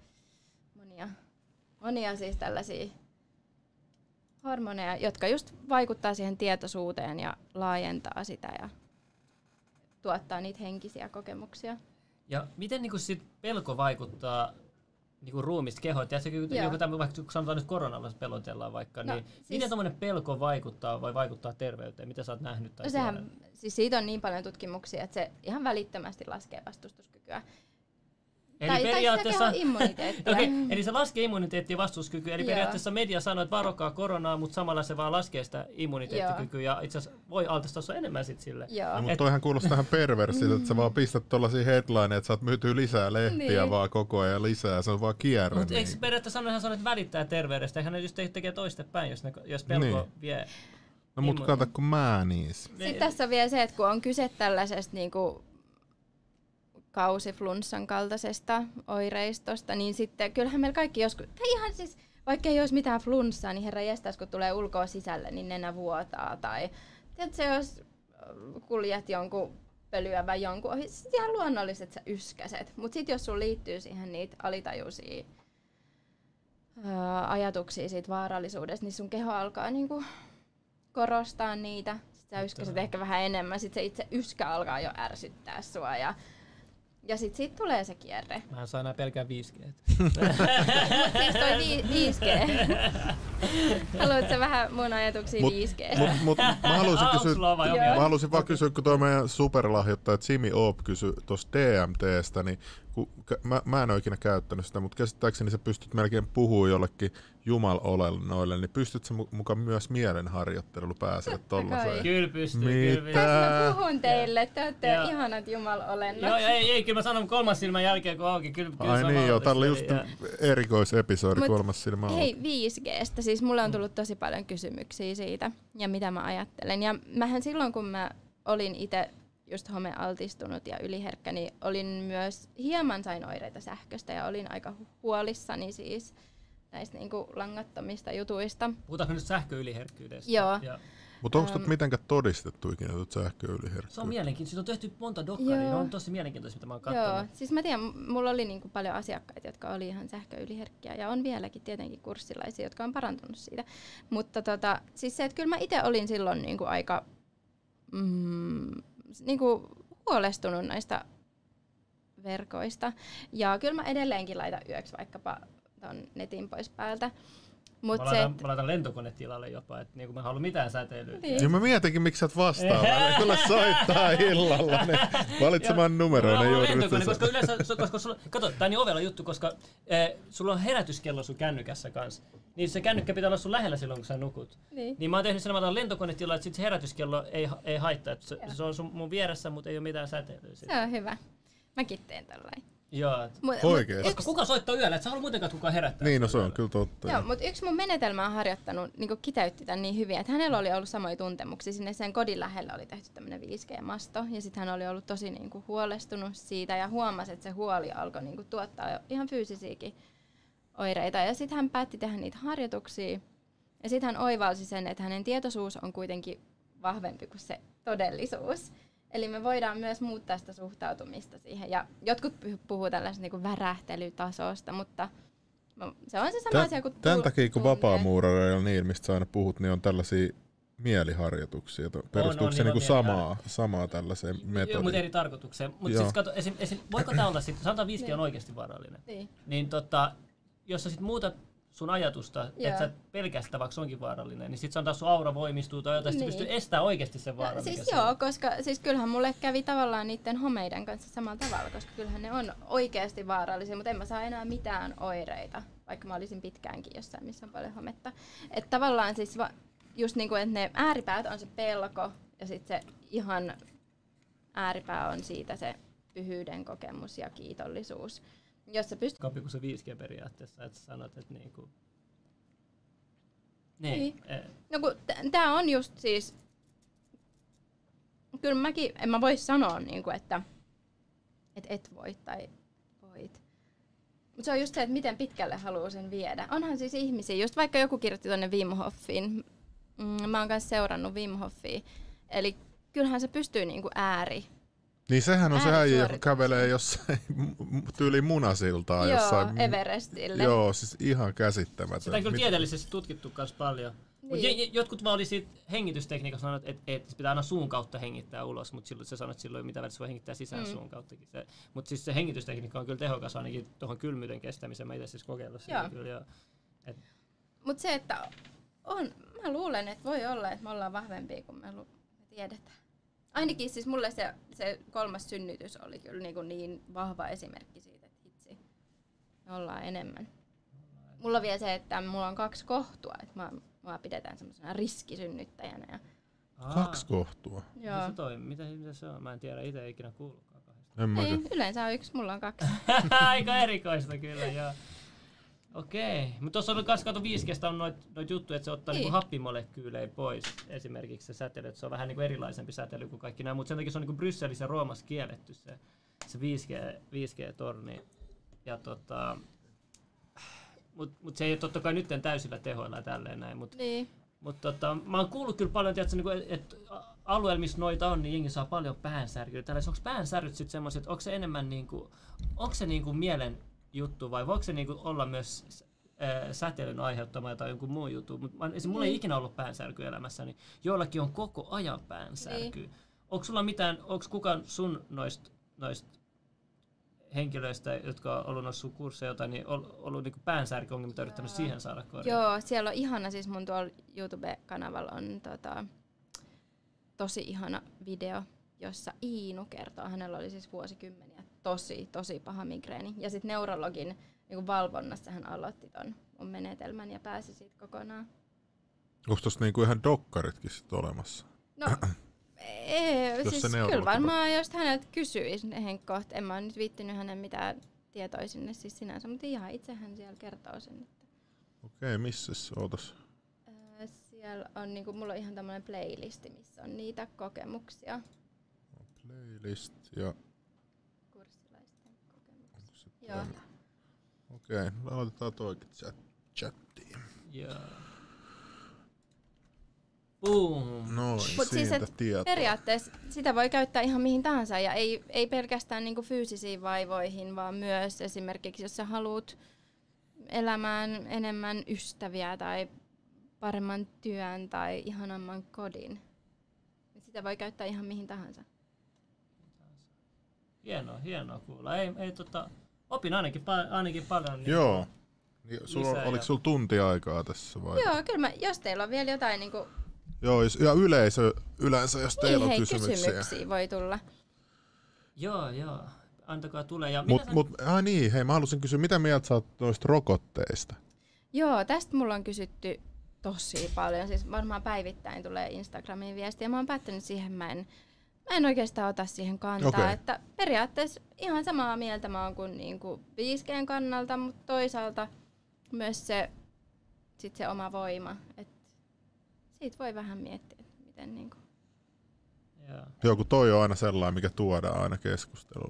monia siis tällaisia hormoneja, jotka just vaikuttaa siihen tietoisuuteen ja laajentaa sitä ja tuottaa niitä henkisiä kokemuksia. Ja miten niinku sit pelko vaikuttaa niinku ruumista kehoon? Vaikka kun sanotaan nyt koronalla pelotellaan vaikka, niin siis miten tommoinen pelko vaikuttaa terveyteen? Mitä sä oot nähnyt? Tai siis siitä on niin paljon tutkimuksia, että se ihan välittömästi laskee vastustuskykyä. Eli periaatteessa immuniteettia. Eli se laskee immuniteettia ja vastustuskykyä. Eli periaatteessa media sanoo, että varokaa koronaa, mutta samalla se vaan laskee sitä immuniteettikykyä ja itse asiassa voi altistaa sua enemmän sit sille. No, mutta toihan kuulostaa ihan perversiltä, että sä vaan pistät tollaisia headlineja, että saat myytyä lisää lehtiä vaan koko ajan lisää. Se on vaan kierre. Mutta eikö periaatteessa sanoa, että välittää terveydestä? Eihän ne just tekee toistepäin, jos pelko vie. No mutta kato, kun mä niis. Sitten tässä on vielä se, että kun on kyse tällaisesta niinku kausiflunssan kaltaisesta oireistosta, niin sitten kyllähän meillä kaikki joskus, tai ihan siis, vaikka ei olisi mitään flunssaa, niin herra jestas, kun tulee ulkoa sisälle, niin nenä vuotaa, tai tiedätkö, jos kuljet jonkun pölyävän jonkun ohi, siis ihan luonnolliset sä yskäset, mutta sitten jos sun liittyy siihen niitä alitajuisia ajatuksia siitä vaarallisuudesta, niin sun keho alkaa niinku korostaa niitä, sit sä yskäset ehkä vähän enemmän, sit se itse yskä alkaa jo ärsyttää sua, ja sit siitä tulee se kierre. Mähän saa enää pelkää 5G. Mut siis toi 5G. Haluatko vähän mun ajatuksia 5G? Mut mä haluaisin vaan kysyä, kun tuo meidän superlahjoittaja Jimmy Oop kysyi tuosta DMTstä, niin mä en ole ikinä käyttänyt sitä, mutta käsittääkseni sä pystyt melkein puhumaan jollekin jumalolennoille, niin pystyt sä mukaan myös mielenharjoittelulla pääsee tollaseen? Kyllä pystyy. Tässä mä puhun teille, te olette ihanat jumalolennot. Joo, ei, kyllä mä sanon kolmas silmän jälkeen kun auki. Kyllä ai niin joo, tää oli just erikoisepisodi kolmas silmä auki. Hei 5G:stä, siis mulle on tullut tosi paljon kysymyksiä siitä ja mitä mä ajattelen. Ja mähän silloin kun mä olin itse just homealtistunut ja yliherkkä, niin olin myös, hieman sain oireita sähköstä ja olin aika huolissani siis näistä niinku langattomista jutuista. Puhutaanko nyt sähköyliherkkyydestä? Joo. Mutta onko mitenkään todistettu ikinä sähköyliherkkyyttä? Se on mielenkiintoista. Siitä on tehty monta dokkaria. Ne on tosi mielenkiintoista, mitä mä oon katsonut. Joo, siis mä tiedän, mulla oli niinku paljon asiakkaita, jotka oli ihan sähköyliherkkiä ja on vieläkin tietenkin kurssilaisia, jotka on parantunut siitä. Mutta siis se, että kyllä mä itse olin silloin niinku aika niinku huolestunut näistä verkoista. Ja kyllä mä edelleenkin laitan yöksi vaikkapa ton netin pois päältä. Mä laitan lentokonetilalle jopa, että niinku mä haluan mitään säteilyä. Niin. Mä mietinkin, miksi sä et vastaa. Kyllä soittaa illalla ne valitsemaan numeroon. Koska yleensä, kato, tää on niin ovella juttu, koska sulla on herätyskello sun kännykässä kanssa. Niin se kännykkä pitää olla sun lähellä silloin, kun sä nukut. Niin mä oon tehnyt sen, että mä otan lentokonetilalle, että sit se herätyskello ei haittaa. Se on mun vieressä, mutta ei ole mitään säteilyä. Se on hyvä. Mäkin teen tällainen. Joo. Oikeesti. Koska kuka soittaa yöllä, et sä halua muutenkaan kukaan herättää. Niin, no se on kyllä totta. Joo, mutta yksi mun menetelmä on harjoittanut, niin kiteytti tän niin hyvin, että hänellä oli ollut samoja tuntemuksia. Sinne sen kodin lähellä oli tehty tämmönen 5G-masto, ja sitten hän oli ollut tosi niin huolestunut siitä, ja huomasi, että se huoli alkoi niin tuottaa ihan fyysisiäkin oireita. Ja sitten hän päätti tehdä niitä harjoituksia. Ja sitten hän oivalsi sen, että hänen tietoisuus on kuitenkin vahvempi kuin se todellisuus. Eli me voidaan myös muuttaa sitä suhtautumista siihen. Ja jotkut puhuu tällaisesta niinku värähtelytasosta, mutta se on se sama asia kuin tämän takia, kun vapaamuurareilla niin, mistä sä aina puhut, niin on tällaisia mieliharjoituksia. Perustuuko se niinku samaa tällaiseen metodiin? Joo, mutta eri tarkoitukseen. Mutta siis kato, voiko tämä olla sitten, sanotaan 5G on oikeasti vaarallinen. Niin jos sä sit muutat sun ajatusta, että sä pelkästään vaikka se onkin vaarallinen, niin sit sanotaan sun aura voimistuu tai jotain, niin. Pystyy estämään oikeasti sen vaaran. Siis joo, koska siis kyllähän mulle kävi tavallaan niiden homeiden kanssa samalla tavalla, koska kyllähän ne on oikeasti vaarallisia, mutta en mä saa enää mitään oireita, vaikka mä olisin pitkäänkin jossain, missä on paljon hometta. Että tavallaan siis just niinku, että ne ääripäät on se pelko ja sitten se ihan ääripää on siitä se pyhyyden kokemus ja kiitollisuus. Jos sä pystyt... Kampi kuin se 5G periaatteessa, että sä sanot, että niinku... Niin. No kun tää on just siis... Kyllä mäkin, en mä voi sanoa niinku, että et voi tai voit. Mutta se on just se, että miten pitkälle haluaa sen viedä. Onhan siis ihmisiä, just vaikka joku kirjoitti tonne Wim Hofiin. Mä oon kanssa seurannut Wim Hofia. Eli kyllähän se pystyy niinku niin sehän on se äijä, joka kävelee jossain tyyliin munasiltaan. Joo, jossain, Everestille. Joo, siis ihan käsittämätön. Sitä on kyllä tieteellisesti tutkittu myös paljon. Niin. Jotkut vaan oli siitä hengitystekniikassa sanonut, että pitää aina suun kautta hengittää ulos, mutta silloin se sanoi, että silloin ei mitään välissä voi hengittää sisään suun kauttakin. Mutta siis se hengitystekniikka on kyllä tehokas ainakin tuohon kylmyyden kestämiseen. Mä itse siis kokeillut sitä kyllä. Mutta se, että mä luulen, että voi olla, että me ollaan vahvempia kuin me tiedetään. Ainakin siis mulle se 3. synnytys oli kyllä niin vahva esimerkki siitä, että hitsi, me ollaan enemmän. Mulla on vielä se, että mulla on 2 kohtua, että mua pidetään semmoisena riskisynnyttäjänä. Ja 2 kohtua? Joo. Mitä se on? Mä en tiedä, itse ei ikinä kuullutkaan 2. Ei, yleensä on 1, mulla on 2. Aika erikoista kyllä, joo. Okei, mutta tuossa on myös 5G:stä on noit juttuja, että se ottaa niinku happimolekyylejä pois. Esimerkiksi se säteily, että se on vähän niinku erilaisempi säteily kuin kaikki nämä, mutta sen takia se on niinku Brysselissä ja Roomassa kielletty se 5G-torni. Ja mut se ei ole totta kai nyt täysillä tehoilla ja tälleen näin. Mutta mä oon kuullut kyllä paljon, että alueella, missä noita on, niin jengi saa paljon päänsärkyä. Onko päänsärkyt sitten semmoiset, että onko se enemmän niinku mielen juttu vai voiko se niinku olla myös säteilyn aiheuttama tai jonkun muun juttu? Mulla ei ikinä ollut päänsärky elämässäni. Joillakin on koko ajan päänsärky. Onko sulla onko kukaan sun noista henkilöistä, jotka on ollut noissa kursseja niin ollut niinku päänsärkyongelmia yrittänyt siihen saada korjaa? Joo, siellä on ihana, siis mun tuolla YouTube-kanavalla on tosi ihana video, jossa Iinu kertoo, hänellä oli siis vuosikymmeniä tosi paha migreeni. Ja sitten neurologin niin valvonnassa hän aloitti ton mun menetelmän ja pääsi siitä kokonaan. Onko tuossa niinku ihan dokkaritkin sit olemassa? No, siis kyllä varmaan jos häneltä kysyisi Henkko, en mä nyt viittinyt hänen mitään tietoa sinne siis sinänsä, mutta ihan itsehän siellä kertoo sen. Okei, missä se ootas? Siellä on, niinku, mulla on ihan tämmönen playlisti, missä on niitä kokemuksia. Playlist ja... Kurssilaisten kokemuksia. Joo. Okei, aloitetaan toikin chattiin. Joo. Boom. Noin, siis periaatteessa sitä voi käyttää ihan mihin tahansa ja ei pelkästään niinku fyysisiin vaivoihin, vaan myös esimerkiksi jos sä haluat elämään enemmän ystäviä tai paremman työn tai ihanamman kodin. Sitä voi käyttää ihan mihin tahansa. Hienoa kuulla. Opin ainakin paljon. Niin joo. Oliko sulla tunti aikaa tässä vai? Joo, kyllä jos teillä on vielä jotain niinku... Joo, ja yleisö yleensä, jos teillä on kysymyksiä voi tulla. Joo. Antakaa tulee. Ja mä halusin kysyä, mitä mieltä sä oot noista rokotteista? Joo, tästä mulla on kysytty tosi paljon. Siis varmaan päivittäin tulee Instagramiin viestiä. Mä oon päättänyt siihen, mä en oikeastaan ota siihen kantaa. Okay. Että periaatteessa ihan samaa mieltä mä oon kuin niinku 5G:n kannalta, mutta toisaalta myös se oma voima. Siitä voi vähän miettiä, miten niinku... Joo, kun toi on aina sellainen, mikä tuodaan aina keskusteluun. Että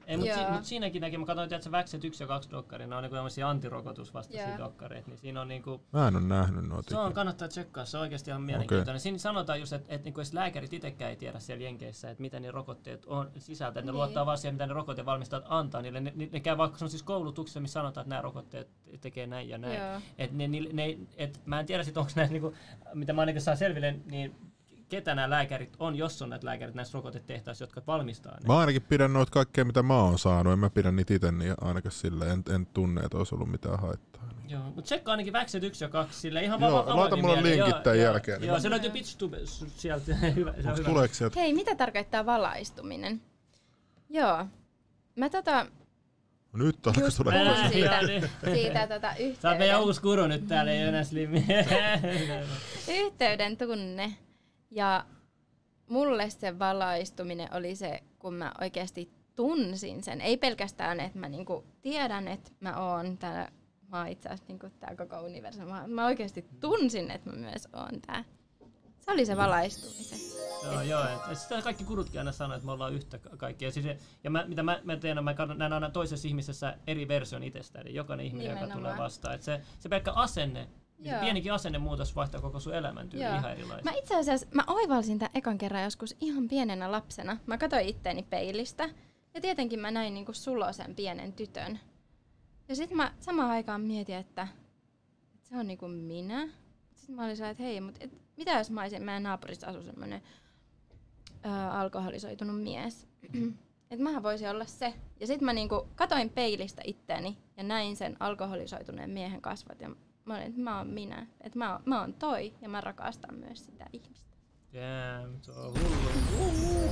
Ei, mutta siinäkin näkee, mä katsoin, että Vaxxed 1 ja 2 dokkari, ne on niinku tämmöisiä antirokotusvastaisia dokkareita, niin siinä on niinku... Mä en ole nähnyt noita. Se on, kannattaa tsekkaa, se on oikeasti ihan mielenkiintoinen. Okay. Siinä sanotaan just, että niinku lääkärit itsekään ei tiedä siellä Jenkeissä, että mitä ne rokotteet on sisältä, että ne luottaa vaan siihen, mitä ne rokotevalmistajat antaa niille. Ne käy vaikka siis koulutuksessa, missä sanotaan, että nämä rokotteet tekee näin ja näin. Et mä en tiedä sit, onko näissä, niinku, mitä mä ainakin saan selville, niin ketä nämä lääkärit on, jos on näitä lääkärit näissä rokotetehtaissa, jotka valmistaa ne. Mä ainakin pidän noita kaikkea, mitä mä oon saanut. En mä pidä niitä itse niin ainakaan silleen. En tunne, että olisi ollut mitään haittaa. Niin. Joo, mutta tsekkaa ainakin Vaxxed 1 ja 2 silleen ihan laita mulle linkit tämän jälkeen. Joo, se löytyy BitchTube sieltä. Hyvä. Hei, mitä tarkoittaa valaistuminen? Joo. Mä nyt alkaa tulla siitä yhteyden. Sä oot meidän uusi kuru nyt täällä, ei enää slimmi. Yhteyden tunne. Ja mulle se valaistuminen oli se, kun mä oikeasti tunsin sen. Ei pelkästään, että mä niinku tiedän, että mä oon täällä, mä oon itse asiassa niinku tää koko universumi. Mä oikeasti tunsin, että mä myös oon tää. Se oli se valaistuminen. Joo, sitä kaikki kurutkin aina sanoo, että me ollaan yhtä kaikkia. Ja mitä mä teen, mä näen aina toisessa ihmisessä eri version itsestä, eli jokainen ihminen, joka tulee vastaan. Et se pelkkä asenne, pienikin asennemuutos vaihtaa koko sun elämäntyyli ihan erilaisesti. Mä itse asiassa, mä oivalsin tämän ekan kerran joskus ihan pienenä lapsena. Mä katsoin itteeni peilistä ja tietenkin mä näin niinku sulosen pienen tytön. Ja sit mä samaan aikaan mietin, että se on niinku minä. Sitten mä olin sellainen, että hei, mutta mitä jos meidän naapurissa asuu semmoinen alkoholisoitunut mies. Että mähän voisin olla se. Ja sit mä niinku katoin peilistä itteeni ja näin sen alkoholisoituneen miehen kasvot. Ja mä olin, että mä oon minä. Että mä oon toi ja mä rakastan myös sitä ihmistä. Se on hullu.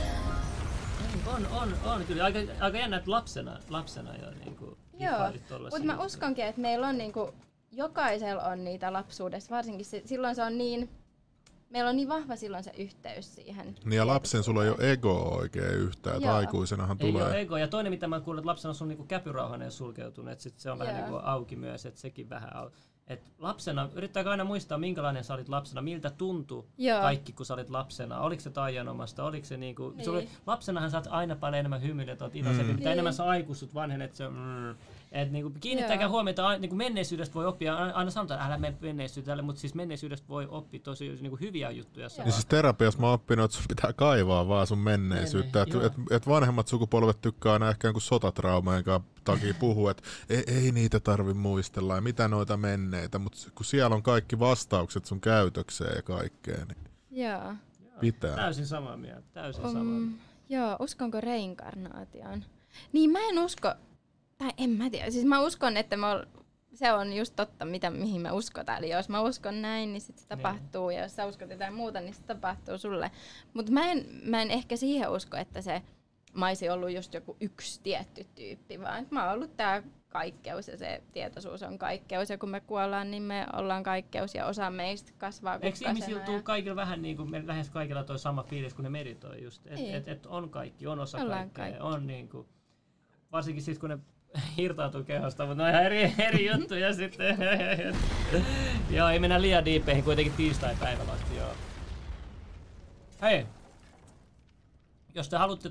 On kyllä. Aika jännä, että lapsena jo niinku hipailit tollasia. Mutta mä uskonkin, että meillä on niinku, jokaisella on niitä lapsuudessa. Varsinkin silloin se on niin... Meillä on niin vahva silloin se yhteys siihen. Niin ja lapsen sulla ei ole egoa oikein yhtään, että aikuisenahan tulee. Ei ole egoa. Ja toinen mitä mä kuulen, että lapsena on niinku käpyrauhanen sulkeutunut, että sit se on vähän niinku auki myös, että sekin vähän auki. Et lapsena, yrittääkö aina muistaa minkälainen sä olit lapsena, miltä tuntui kaikki kun sä olit lapsena, oliko se taianomasta, oliko se niinku, lapsenahan sä oot aina paljon enemmän hymyilet, oot iloisempi, mitä enemmän sä aikuistut vanhenet, se et niinku kiinnittäkää huomiota, niinku menneisyydestä voi oppia, aina sanotaan, älä mene menneisyyteen, mutta siis menneisyydestä voi oppia tosi niinku hyviä juttuja. Niin siis terapiassa mä oon oppinut, että sun pitää kaivaa vaan sun menneisyyttä, että vanhemmat sukupolvet tykkää aina ehkä jonkun sotatraumajen takia puhua, että ei niitä tarvi muistella ja mitä noita menneitä, mutta kun siellä on kaikki vastaukset sun käytökseen ja kaikkeen, niin pitää. Täysin samaa mieltä, Joo, uskonko reinkarnaatioon? Niin mä en usko, tai en mä tiedä, siis mä uskon, että se on just totta, mihin mä uskotaan. Eli jos mä uskon näin, niin sit se tapahtuu, ja jos sä uskot jotain muuta, niin se tapahtuu sulle. Mutta mä en ehkä siihen usko, että mä olisin ollut just joku yksi tietty tyyppi, vaan mä oon ollut tää kaikkeus, ja se tietoisuus on kaikkeus, ja kun me kuollaan, niin me ollaan kaikkeus, ja osa meistä kasvaa kukkasena. Eikö ihmisillä tuu kaikilla vähän niin kuin, lähes kaikilla toi sama fiilis, kun ne meditoi just, että on kaikki, on osa kaikkea, on niin kuin, varsinkin sitten kun ne hirtautuu kehosta, mutta ne on ihan eri juttuja sitten. Joo, ei mennä liian diipeihin, kuitenkin tiistai-päivällä asti, joo. Hei! Jos te haluatte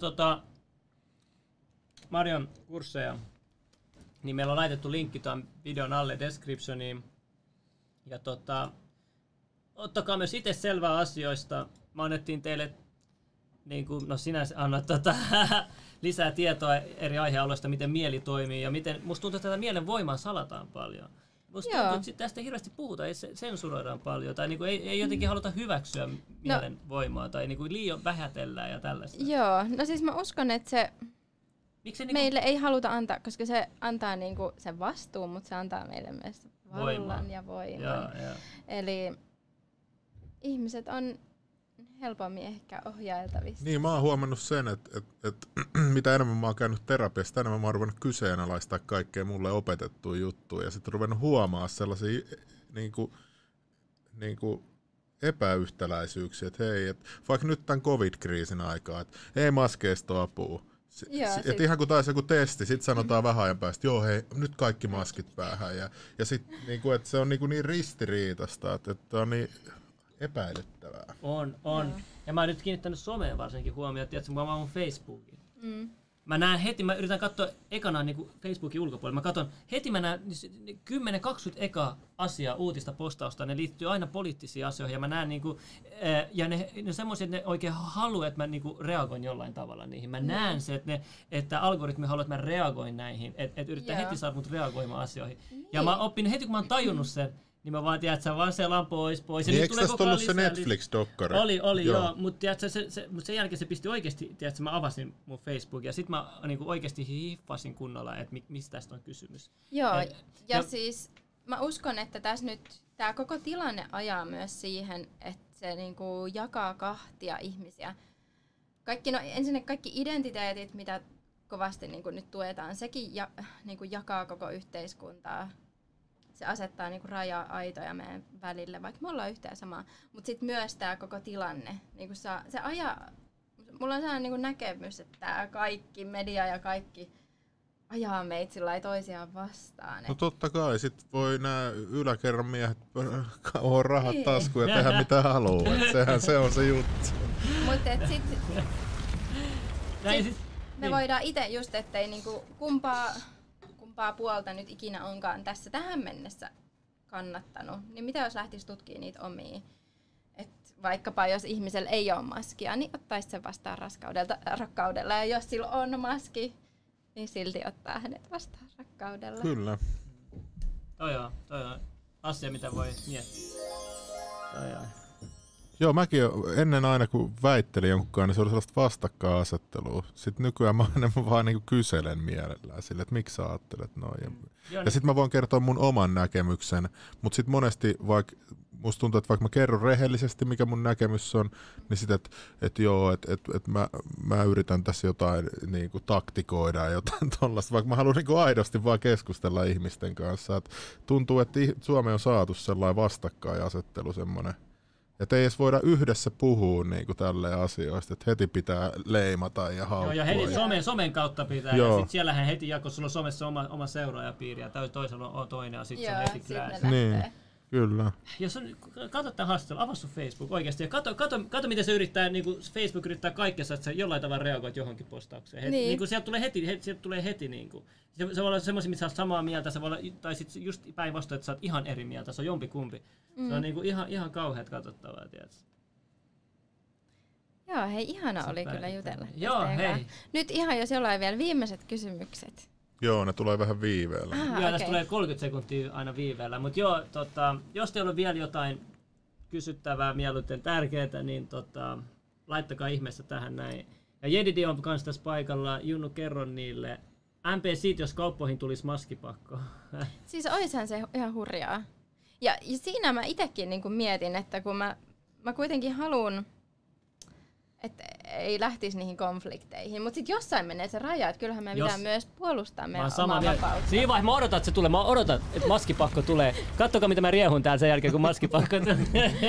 Marion kursseja, niin meillä on laitettu linkki tämän videon alle descriptioniin. Ja ottakaa myös itse selvää asioista. Mä annettiin teille, niin kuin, no sinä annat lisää tietoa eri aihealueista, miten mieli toimii ja miten, musta tuntuu, että tätä mielen voimaa salataan paljon. Musta tuntuu, että tästä hirveästi puhutaan, ei sensuroidaan paljon tai niinku ei jotenkin haluta hyväksyä mielen voimaa tai niinku liian vähätellään ja tällaista. Joo, no siis mä uskon, että se meille ei haluta antaa, koska se antaa niinku sen vastuun, mutta se antaa meille myös vallan ja voiman. Ja. Eli ihmiset on helpommin ehkä ohjailtavissa. Niin, mä oon huomannut sen, että mitä enemmän mä oon käynyt terapiasta, enemmän mä oon ruvennut kyseenalaistaa kaikkea mulle opetettuja juttuja ja sitten ruvennut huomaa sellaisia niinku epäyhtäläisyyksiä, että hei, vaikka nyt tämän covid-kriisin aikaa, että ei maskeista apua. Että ihan kun taisi joku testi, sitten sanotaan vähän ajan päästä, joo hei, nyt kaikki maskit päähän. Ja sitten niinku, että se on niin ristiriitasta, että on niin epäilyttävää. On. Ja mä oon nyt kiinnittänyt someen varsinkin huomioon, että mä oon mun Facebookin. mä näen heti, mä yritän katsoa ekana niin kuin Facebookin ulkopuolella. Mä katson heti, mä näen 10-20 eka asiaa, uutista, postausta, ne liittyy aina poliittisiin asioihin ja mä näen niinku, ja ne semmoiset, että ne oikein haluaa, että mä niinku reagoin jollain tavalla niihin. Mä näen se, että algoritmi haluaa, että mä reagoin näihin, että yrittää heti saada mut reagoimaan asioihin. Ja mä oppin heti, kun mä oon tajunnut sen, niin mä vaan tiedän, että sä vaan selaan pois. Niin eikö tästä ollut se Netflix-dokkari? Oli joo, mutta sen jälkeen se pisti oikeasti, tiedätkö, mä avasin mun Facebookin ja sit mä niinku oikeasti hiffasin kunnolla, että mistä tästä on kysymys. Joo, ja siis mä uskon, että tässä nyt tää koko tilanne ajaa myös siihen, että se niinku jakaa kahtia ihmisiä. Ensinnäkin kaikki identiteetit, mitä kovasti niinku nyt tuetaan, sekin niinku jakaa koko yhteiskuntaa. Se asettaa niinku raja-aitoja meidän välille, vaikka me ollaan yhtään samaa. Mutta sitten myös tämä koko tilanne. Niinku se ajaa, mulla on sellainen niinku näkemys, että tämä kaikki media ja kaikki ajaa meitä sillä toisiaan vastaan. No totta kai, sit voi nämä yläkerran miehet kauhoa rahat taskuun ja tehdä mitä haluaa. Sehän se on se juttu. Mutta sitten me voidaan itse just, ettei niinku kumpaa puolta nyt ikinä onkaan tässä tähän mennessä kannattanut, niin mitä jos lähtisi tutkimaan niitä omia? Et vaikkapa jos ihmisellä ei ole maskia, niin ottaisi sen vastaan rakkaudella. Ja jos sillä on maski, niin silti ottaa hänet vastaan rakkaudella. Kyllä. Toi on asia, mitä voi miettiä. Joo, mäkin ennen aina kun väittelin jonkunkaan, niin se oli sellaista vastakkainasettelua. Sitten nykyään mä vaan niin kyselen mielellään sille, että miksi sä ajattelet noin. Ja sitten mä voin kertoa mun oman näkemyksen, mutta sitten monesti musta tuntuu, että vaikka mä kerron rehellisesti, mikä mun näkemys on, niin sitten, että mä yritän tässä jotain niin kuin taktikoida ja jotain tollaista, vaikka mä haluan niin kuin aidosti vaan keskustella ihmisten kanssa. Et tuntuu, että Suomeen on saatu sellainen vastakkainasettelu semmoinen. Että ei edes voida yhdessä puhua niinku tälleen asioista, että heti pitää leimata ja haukkua. Joo, ja heti somen kautta pitää, ja sitten siellähän heti kun sulla on somessa oma seuraajapiiri, ja toisella on toinen, ja sitten se on heti kläässä. Niin, kyllä. Jos katso tämän haastattelun, avaa sun Facebook oikeasti, ja katso miten se yrittää, niinku Facebook yrittää kaikkea, että sä jollain tavalla reagoit johonkin postaukseen. Niin. Sieltä tulee heti niinku. Se voi olla semmoisia, mitä sä oot samaa mieltä, se voi olla, tai sitten just päinvastoin, että sä oot ihan eri mieltä, se on jompikumpi. Se on niinku ihan kauheat katsottavaa, tiedätkö? Joo, hei, ihana oli kyllä jutella. Joo, hei. Nyt ihan jos jollain vielä viimeiset kysymykset. Joo, ne tulee vähän viiveellä. Joo, tässä tulee 30 sekuntia aina viiveellä, mutta joo, jos teillä on vielä jotain kysyttävää, mieluiten tärkeää, niin laittakaa ihmeessä tähän näin. Ja Jedidi on kanssa tässä paikalla, Junnu kerro niille. MP siitä, jos kauppoihin tulisi maskipakko. Siis oishan se ihan hurjaa. Ja siinä mä itekin niin mietin, että kun mä kuitenkin haluan, että ei lähtisi niihin konflikteihin, mutta sitten jossain menee se raja, että kyllähän me pitää myös puolustaa meidän omaa vapautta. Siinä vaiheessa mä odotan, että se tulee. Mä odotan, että maskipakko tulee. Katsokaa, mitä mä riehun täällä sen jälkeen, kun maskipakko tulee.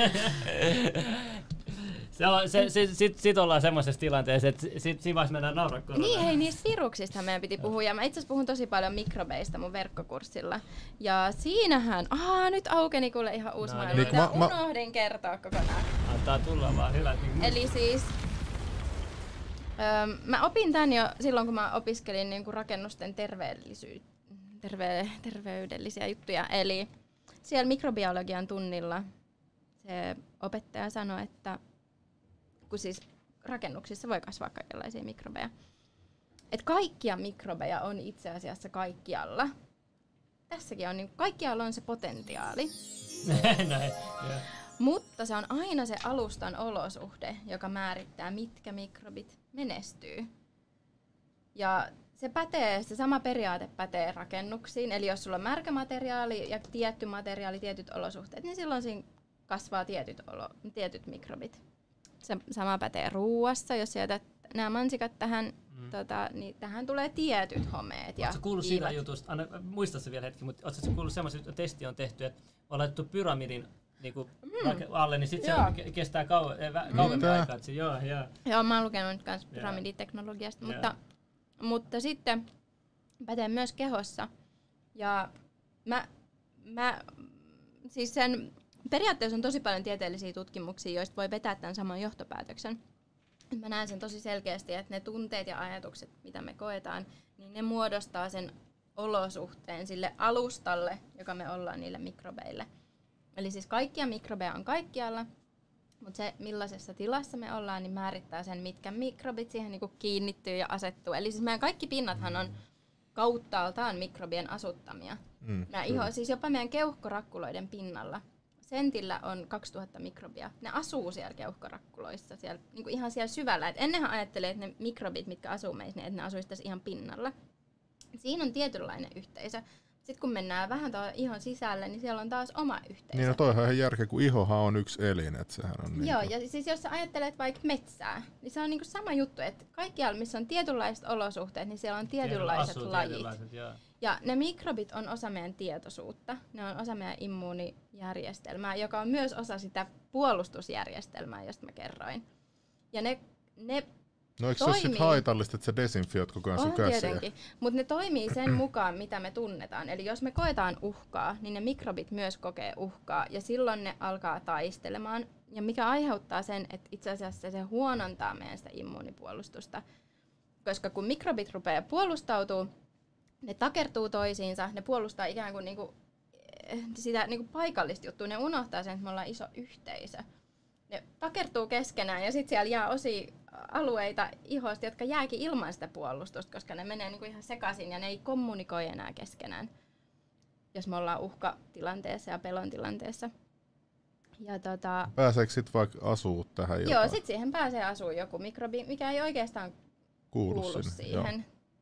Sitten ollaan semmoisessa tilanteessa, että siinä vaiheessa mennään nauraa koronaan. Niin, hei, niistä viruksista meidän piti puhua. Ja mä itse asiassa puhun tosi paljon mikrobeista mun verkkokurssilla. Ja siinähän, nyt aukeni kuule ihan uusi maailma. Niin, unohdin kertoa kokonaan. Antaa tulla vaan, hyvä. Eli siis, mä opin tän jo silloin, kun mä opiskelin niin kuin rakennusten terveydellisiä juttuja. Eli siellä mikrobiologian tunnilla se opettaja sanoi, että kun siis rakennuksissa voi kasvaa kaikenlaisia mikrobeja. Et kaikkia mikrobeja on itse asiassa kaikkialla. Tässäkin on, niin kaikkialla on se potentiaali. Näin, mutta se on aina se alustan olosuhde, joka määrittää, mitkä mikrobit menestyy. Ja se sama periaate pätee rakennuksiin. Eli jos sulla on märkä materiaali ja tietty materiaali, tietyt olosuhteet, niin silloin siinä kasvaa tietyt mikrobit. Se sama pätee ruuassa, jos jätät nämä mansikat tähän, niin tähän tulee tietyt homeet. Oletko kuullut siitä jutusta, muista se vielä hetki, mutta oletko kuullut semmoisen, että testi on tehty, että on laitettu pyramidin niinku alle, niin sitten se kestää kauemmin aikaa. Joo, mä oon lukenut nyt kans pyramiditeknologiasta, mutta sitten pätee myös kehossa. Ja mä siis sen periaatteessa on tosi paljon tieteellisiä tutkimuksia, joista voi vetää tämän saman johtopäätöksen. Mä näen sen tosi selkeästi, että ne tunteet ja ajatukset, mitä me koetaan, niin ne muodostaa sen olosuhteen sille alustalle, joka me ollaan niille mikrobeille. Eli siis kaikkia mikrobeja on kaikkialla, mutta se millaisessa tilassa me ollaan, niin määrittää sen, mitkä mikrobit siihen niinku kiinnittyy ja asettuu. Eli siis meidän kaikki pinnathan on kauttaaltaan mikrobien asuttamia. Siis jopa meidän keuhkorakkuloiden pinnalla. Sentillä on 2000 mikrobia. Ne asuu siellä keuhkorakkuloissa, siellä, niin ihan siellä syvällä. Et ennenhän ajattelee, että ne mikrobit, mitkä asuu meissä, että ne asuisi tässä ihan pinnalla. Siinä on tietynlainen yhteisö. Sitten kun mennään vähän ihon sisälle, niin siellä on taas oma yhteisö. Niin, no toihan ihan järkeä, kun ihohan on yksi elin, että sehän on Joo, ja siis jos sä ajattelet vaikka metsää, niin se on niinku sama juttu, että kaikkialla, missä on tietynlaiset olosuhteet, niin siellä on tietynlaiset lajit. Ja ne mikrobit on osa meidän tietoisuutta, ne on osa meidän immuunijärjestelmää, joka on myös osa sitä puolustusjärjestelmää, josta mä kerroin. Ja ne no eikö se ole sitten haitallista, että sä desinfioit koko ajan sun käsiä? Tietenkin, mutta ne toimii sen mukaan, mitä me tunnetaan. Eli jos me koetaan uhkaa, niin ne mikrobit myös kokee uhkaa, ja silloin ne alkaa taistelemaan. Ja mikä aiheuttaa sen, että itse asiassa se huonontaa meidän sitä immuunipuolustusta. Koska kun mikrobit rupeaa puolustautumaan, ne takertuu toisiinsa, ne puolustaa ikään kuin sitä niinku paikallista juttua, ne unohtaa sen, että me ollaan iso yhteisö. Ne takertuu keskenään ja sitten siellä jää osia alueita ihosta, jotka jääkin ilman sitä puolustusta, koska ne menee niinku ihan sekaisin ja ne ei kommunikoi enää keskenään, jos me ollaan uhkatilanteessa ja pelon tilanteessa. Ja pääseekö sitten vaikka asuu tähän jotain? Joo, sitten siihen pääsee asuu joku mikrobi, mikä ei oikeastaan kuulu siihen.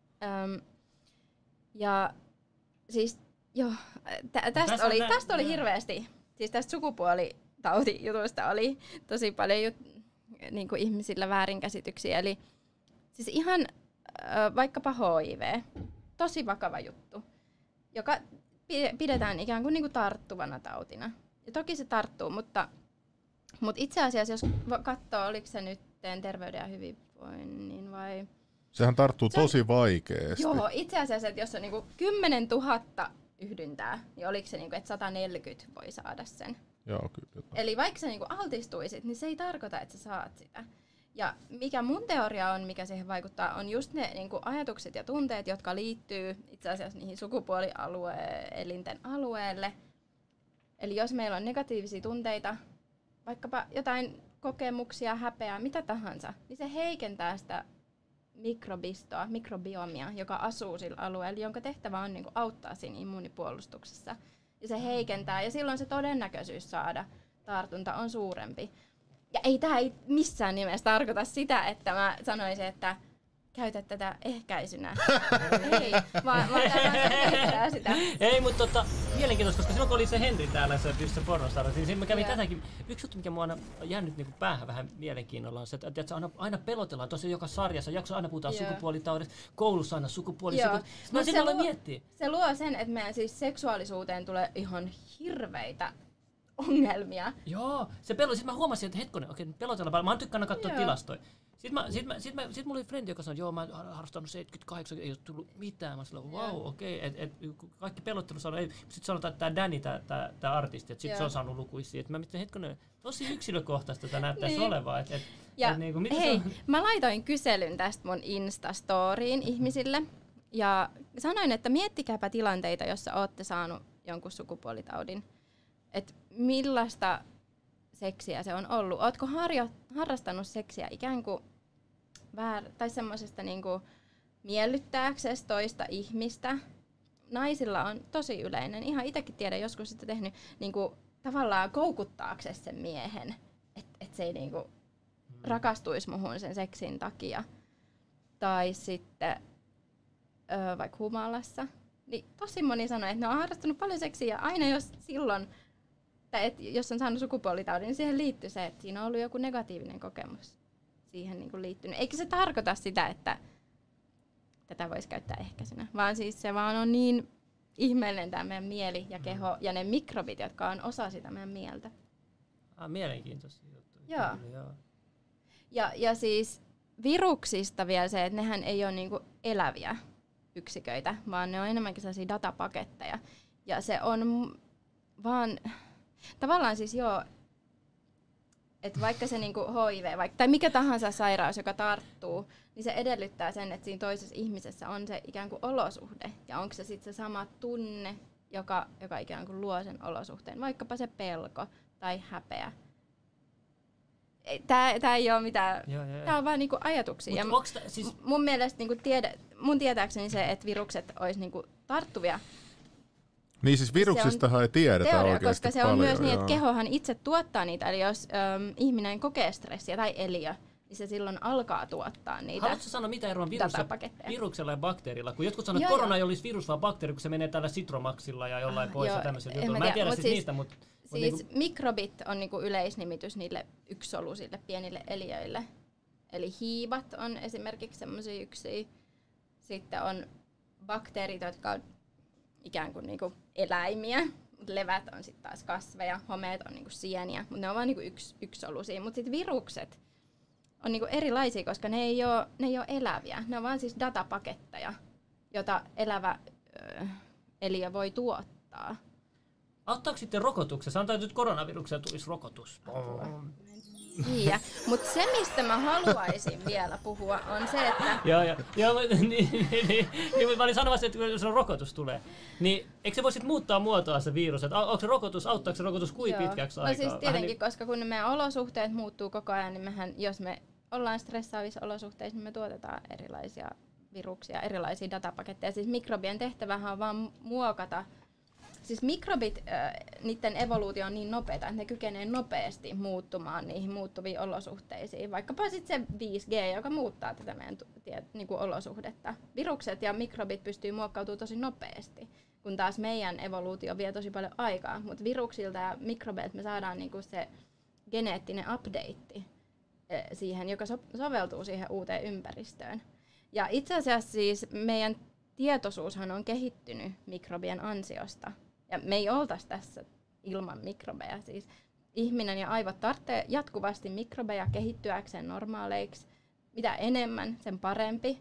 Ja siis joo, tästä oli hirveästi, siis tästä sukupuolitautijutusta oli tosi paljon niinku ihmisillä väärinkäsityksiä. Eli siis ihan vaikkapa HIV, tosi vakava juttu, joka pidetään ikään kuin niinku tarttuvana tautina. Ja toki se tarttuu, mutta itse asiassa jos katsoo, oliko se nyt Terveyden ja hyvinvoinnin vai... Sehän tarttuu tosi vaikeasti. Joo, itse asiassa, että jos on niinku 10 000 yhdyntää, niin oliko se, niinku, että 140 voi saada sen. Joo, kyllä. Eli vaikka sä niinku altistuisit, niin se ei tarkoita, että sä saat sitä. Ja mikä mun teoria on, mikä siihen vaikuttaa, on just ne niinku ajatukset ja tunteet, jotka liittyy itse asiassa niihin sukupuolielinten alueelle. Eli jos meillä on negatiivisia tunteita, vaikkapa jotain kokemuksia, häpeää, mitä tahansa, niin se heikentää sitä mikrobistoa, mikrobiomia, joka asuu sillä alueella, jonka tehtävä on niinku auttaa siinä immuunipuolustuksessa. Ja se heikentää, ja silloin se todennäköisyys saada tartunta on suurempi. Ja tämä ei missään nimessä tarkoita sitä, että mä sanoisin, että käytä tätä ehkäisynä. Ei, vaan tämä sitä. Ei, mutta mielenkiintoista, koska silloin kun oli se Henri täällä, se pornostar, niin siinä mä kävin tätäkin. Yksi juttu, mikä mua on jäänyt niinku päähän vähän mielenkiinnolla, on se, että aina pelotellaan tosi joka sarjassa, jakso aina puhutaan sukupuolitaudista, koulussa aina sukupuoli. Mä siinä aloin miettiä. Se luo sen, että meidän siis seksuaalisuuteen tulee ihan hirveitä ongelmia. Joo, se peloteli. Sitten mä huomasin, että hetkonen, okei, pelotellaan paljon. Mä oon tykkännyt katsoa tilastoja. Sitten mulla oli frendi, joka sanoi, että joo, mä oon harrastanut 78, ei ole tullut mitään. Mä sanoin, wow, okei, kaikki pelottelu sanoi, ei. Sitten sanotaan, että tää Danny, tää artisti, että sit se on saanut lukuisia. Mä mietin, hetkonen, tosi yksilökohtaista tätä näyttäisi olevaa. Mä laitoin kyselyn tästä mun Instastoriin ihmisille. Ja sanoin, että miettikääpä tilanteita, jossa ootte saanut jonkun sukupuolitaudin. Että millaista seksiä se on ollut. Ootko harrastanut seksiä ikään kuin tai semmoisesta niinku miellyttääksesi toista ihmistä? Naisilla on tosi yleinen, ihan itsekin tiedän, joskus sitä tehnyt, niinku tavallaan koukuttaaksesi sen miehen, että se ei niinku rakastuisi muhun sen seksin takia. Tai sitten vaikka humalassa. Niin tosi moni sanoo, että ne on harrastanut paljon seksiä ja aina jos silloin, jos on saanut sukupuolitaudin, niin siihen liittyy se, että siinä on ollut joku negatiivinen kokemus siihen niin kuin liittynyt. Eikä se tarkoita sitä, että tätä voisi käyttää ehkäisenä, vaan siis se vaan on niin ihmeellinen tämä meidän mieli ja keho ja ne mikrobit, jotka on osa sitä meidän mieltä. Mielenkiintoisia juttuja. Joo. Ja siis viruksista vielä se, että nehän ei ole niinku eläviä yksiköitä, vaan ne on enemmänkin sellaisia datapaketteja. Ja se on vaan tavallaan siis että vaikka se niinku HIV tai mikä tahansa sairaus, joka tarttuu, niin se edellyttää sen, että siinä toisessa ihmisessä on se ikään kuin olosuhde. Ja onko se sitten se sama tunne, joka ikään kuin luo sen olosuhteen, vaikkapa se pelko tai häpeä. Tää ei ole mitään, tää on vaan niinku ajatuksia. Siis mun mielestä niinku mun tietääkseni se, että virukset olisi niinku tarttuvia. Niin siis viruksistahan ei tiedetä teoria, oikeasti koska se paljon, on myös niin, että kehohan itse tuottaa niitä. Eli jos ihminen kokee stressiä tai eliö, niin se silloin alkaa tuottaa niitä. Haluatko sanoa, mitä eroa viruksella ja bakteerilla? Kun jotkut sanoo, että korona ei olisi virus, vaan bakteeri, kun se menee tällä Citromaxilla ja jollain pois ja tämmöisellä jutulla. Mä en tiedä siis niistä, mutta... Siis niinku mikrobit on niinku yleisnimitys niille yksolusille pienille eliöille. Eli hiivat on esimerkiksi semmoisia yksiä. Sitten on bakteerit, jotka on ikään kuin niinku eläimiä. Levät on sitten taas kasveja, homeet on niinku sieniä, mutta ne on vain niinku yksisoluisia. Mutta sitten virukset on niinku erilaisia, koska ne ei ole eläviä. Ne on vaan siis datapaketteja, jota elävä eliö voi tuottaa. Auttaako sitten rokotuksessa? Sanotaan, että nyt koronaviruksella tulisi rokotus. Niin, mutta se, mistä mä haluaisin vielä puhua, on se, että... Joo, mä olin sanomassa, että jos rokotus tulee, niin eikö se voisi muuttaa muotoa se virus? Auttaako se rokotus kuin pitkäksi aikaa? No siis tietenkin, koska kun meidän olosuhteet muuttuu koko ajan, niin jos me ollaan stressaavissa olosuhteissa, niin me tuotetaan erilaisia viruksia, erilaisia datapaketteja. Siis mikrobien tehtävähän on vaan muokata. Siis mikrobit, niiden evoluutio on niin nopeata, että ne kykenee nopeasti muuttumaan niihin muuttuviin olosuhteisiin. Vaikkapa sitten se 5G, joka muuttaa tätä meidän niinku olosuhdetta. Virukset ja mikrobit pystyy muokkautumaan tosi nopeasti, kun taas meidän evoluutio vie tosi paljon aikaa. Mutta viruksilta ja mikrobeilta me saadaan niinku se geneettinen update siihen, joka soveltuu siihen uuteen ympäristöön. Ja itse asiassa siis meidän tietoisuushan on kehittynyt mikrobien ansiosta. Ja me ei oltaisi tässä ilman mikrobeja. Siis ihminen ja aivot tarvitsee jatkuvasti mikrobeja kehittyäkseen normaaleiksi. Mitä enemmän, sen parempi.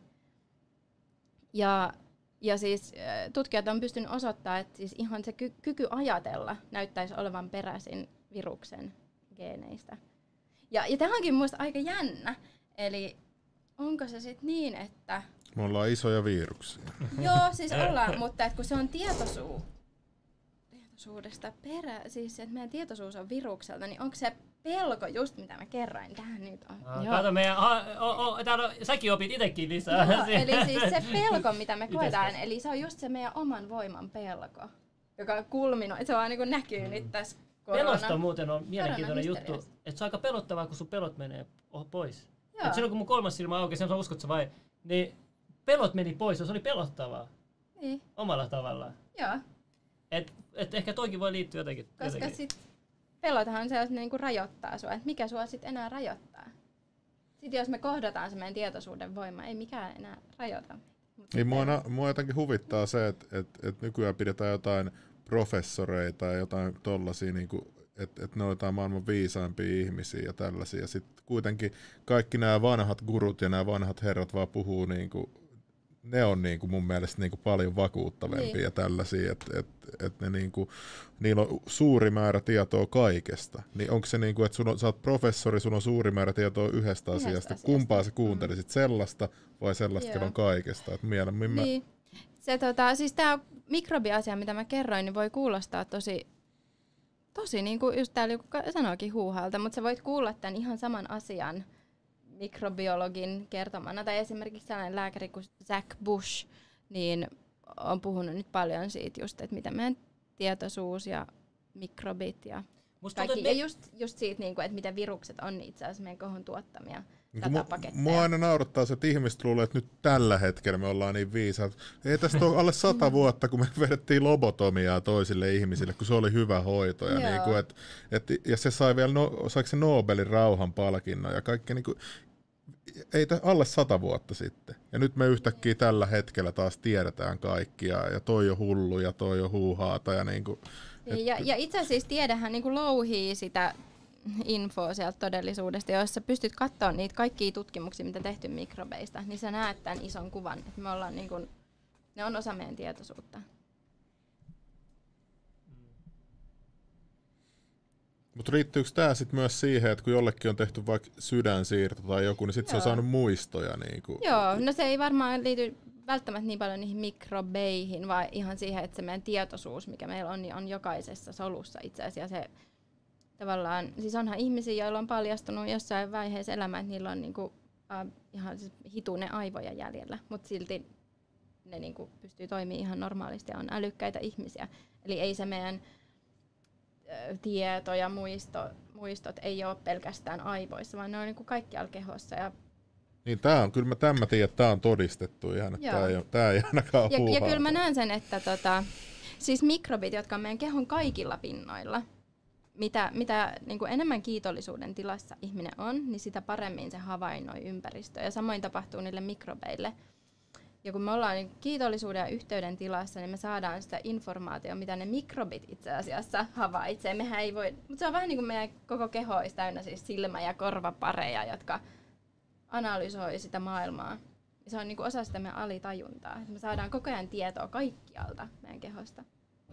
Ja siis tutkijat on pystynyt osoittamaan, että siis ihan se kyky ajatella näyttäisi olevan peräisin viruksen geeneistä. Ja tämä onkin minusta aika jännä. Eli onko se sitten niin, että... Me ollaan isoja viruksia. Joo, siis ollaan, mutta kun se on tietoisuudesta siis että meidän tietoisuus on virukselta, niin onko se pelko just mitä mä kerroin tähän nyt on? Kato meidän, säkin opit itsekin lisää. Joo, eli siis se pelko mitä me koetaan, eli se on just se meidän oman voiman pelko, joka kulminoi, se vaan niin näkyy nyt tässä Pelosta muuten on mielenkiintoinen juttu, että se on aika pelottavaa, kun sun pelot menee pois. Et silloin kun mun kolmas silmä auki, sen uskot sä vai, niin pelot meni pois ja se oli pelottavaa. Niin. Omalla tavallaan. Joo. Et ehkä toikin voi liittyä jotenkin. Koska sit pelothan se niinku rajoittaa sua, että mikä sua sit enää rajoittaa. Sitten jos me kohdataan se meidän tietoisuuden voima, ei mikään enää rajoita. Niin mua jotenkin huvittaa se, että nykyään pidetään jotain professoreita ja jotain tollasia, niinku, että ne on jotain maailman viisaimpia ihmisiä ja tällaisia. Ja sitten kuitenkin kaikki nämä vanhat gurut ja nämä vanhat herrat vaan puhuu, niinku, ne on niinku mun mielestä niinku paljon vakuuttavampia ja tällaisia, että ne niinku, niillä on suuri määrä tietoa kaikesta. Niin onko se niinku, että sä oot professori, sulla on suuri määrä tietoa yhdestä asiasta. Kumpaa sä kuuntelisit, sellaista vai sellaista, kello on kaikesta? Että mieluummin niin. Se, siis tämä mikrobiasia, mitä mä kerroin, niin voi kuulostaa tosi niin kuin just täällä sanoikin huuhaalta, mutta sä voit kuulla tämän ihan saman asian mikrobiologin kertomana. Tai esimerkiksi sellainen lääkäri kuin Zach Bush, niin on puhunut nyt paljon siitä just, että mitä meidän tietoisuus ja mikrobit ja kaikki. Ja just siitä, niin kuin, että mitä virukset on itse asiassa meidän kohon tuottamia datapaketteja. Mua aina naurattaa se, että ihmiset luulee, että nyt tällä hetkellä me ollaan niin viisaat. Ei tästä ole alle 100 vuotta, kun me vedettiin lobotomiaa toisille ihmisille, kun se oli hyvä hoito. Ja, niin kuin, ja se sai vielä, saiko se Nobelin rauhanpalkinnon ja kaikki. Niin kuin, ei alle 100 vuotta sitten. Ja nyt me yhtäkkiä tällä hetkellä taas tiedetään kaikkia. Ja toi on hullu ja toi on huuhaata. Ja, niin kuin, ja itse asiassa tiedehän niin kuin louhii sitä infoa sieltä todellisuudesta, jos sä pystyt katsoa niitä kaikkia tutkimuksia, mitä tehty mikrobeista, niin sä näet tämän ison kuvan, että me ollaan niin kuin, ne on osa meidän tietoisuutta. Mutta liittyykö tämä sitten myös siihen, että kun jollekin on tehty vaikka sydänsiirto tai joku, niin sitten se on saanut muistoja? Niin kuin. Joo, no se ei varmaan liity välttämättä niin paljon niihin mikrobeihin, vaan ihan siihen, että se meidän tietoisuus, mikä meillä on, niin on jokaisessa solussa itse asiassa. Se, tavallaan, siis onhan ihmisiä, joilla on paljastunut jossain vaiheessa elämää, että niillä on niinku, ihan siis hituinen aivoja jäljellä, mutta silti ne niinku pystyy toimimaan ihan normaalisti ja on älykkäitä ihmisiä. Eli ei se meidän tieto ja muistot ei ole pelkästään aivoissa, vaan ne on niinku kaikkialla kehossa. Ja niin kyllä mä tiedän, että tämä on todistettu ihan, että tämä ei ainakaan ja kyllä mä näen sen, että siis mikrobit, jotka on meidän kehon kaikilla pinnoilla, mitä niin kuin enemmän kiitollisuuden tilassa ihminen on, niin sitä paremmin se havainnoi ympäristöä. Ja samoin tapahtuu niille mikrobeille. Ja kun me ollaan niin kiitollisuuden ja yhteyden tilassa, niin me saadaan sitä informaatiota, mitä ne mikrobit itse asiassa havaitsee. Mehän ei voi, mutta se on vähän niin kuin meidän koko keho olisi täynnä siis silmä- ja korvapareja, jotka analysoi sitä maailmaa. Se on niin kuin osa sitä meidän alitajuntaa. Me saadaan koko ajan tietoa kaikkialta meidän kehosta.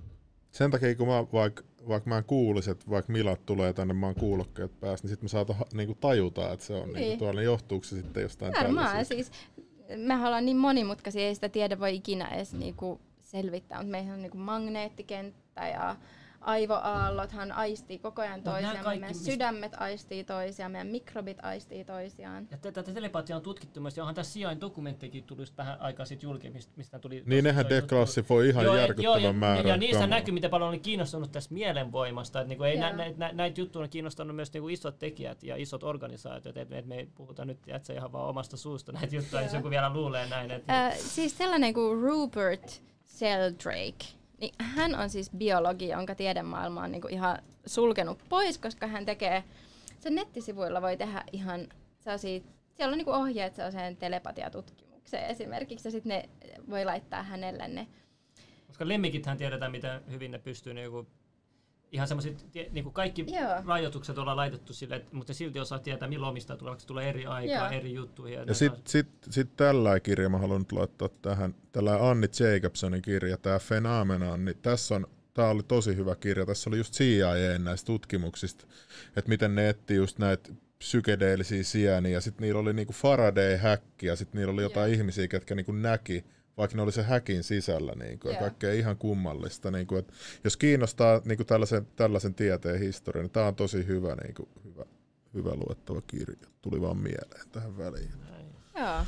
Sen takia, kun vaikka mä en kuulisi, että vaikka Milat tulee tänne, mä oon kuulokkeet päässä, niin sitten me saadaan niinku tajuta, että se on niinku tuolla, niin johtuuko se sitten jostain tällaisesta? Siis, mehän ollaan niin monimutkaisia, ei sitä tiedä voi ikinä edes niinku selvittää, mutta meillä on niinku magneettikenttä ja aivoaallothan aistii koko ajan toisiaan, meidän sydämet aistii toisiaan, meidän mikrobit aistii toisiaan. Ja tätä telepatiaa on tutkittu myös, ja onhan tässä sijain dokumenttikin tullut vähän aikaa sitten julki, mistä tuli... Niin nehän deklassifoi ihan järkyttävän määrän. Ja niissä näkyy, miten paljon on kiinnostunut tästä mielenvoimasta. Että niinku ei näitä juttuja on kiinnostanut myös niinku isot tekijät ja isot organisaatiot. Et me ei puhuta nyt jätsä ihan vaan omasta suusta näitä juttuja, jos joku vielä luulee näin. Siis sellainen kuin Rupert Sheldrake. Niin hän on siis biologi, jonka tiedemaailma on niinku ihan sulkenut pois, koska hän tekee, sen nettisivuilla voi tehdä ihan sellaisia, siellä on niinku ohjeet sellaiseen telepatiatutkimukseen esimerkiksi, ja sitten ne voi laittaa hänelle ne. Koska lemmikithän tiedetään, miten hyvin ne pystyy niinku, ihan semmoiset, niinku kaikki rajoitukset ollaan laitettu sille, mutta silti osaa tietää, milloin omistaa tulee, vaikka tulee eri aikaa, eri juttuja. Ja sit tällä kirja mä haluan nyt laittaa tähän, tällä Annie Jacobsonin kirja, tämä Phenomenon, niin tämä oli tosi hyvä kirja, tässä oli just CIA näistä tutkimuksista, että miten ne etti just näitä psykedeellisiä sieniä, ja sitten niillä oli niinku Faraday-häkki, ja sitten niillä oli jotain ihmisiä, ketkä niinku näki, vaikka ne oli se häkin sisällä niinku, ja kaikkea ihan kummallista. Niinku, et jos kiinnostaa niinku tällaisen tieteen historia, niin tämä on tosi hyvä, niinku, hyvä luettava kirja. Tuli vaan mieleen tähän väliin. Joo.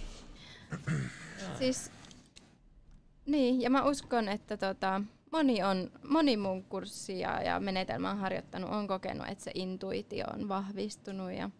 Siis, niin, ja mä uskon, että moni mun kurssia ja menetelmä on harjoittanut, on kokenut, että se intuitio on vahvistunut. Ja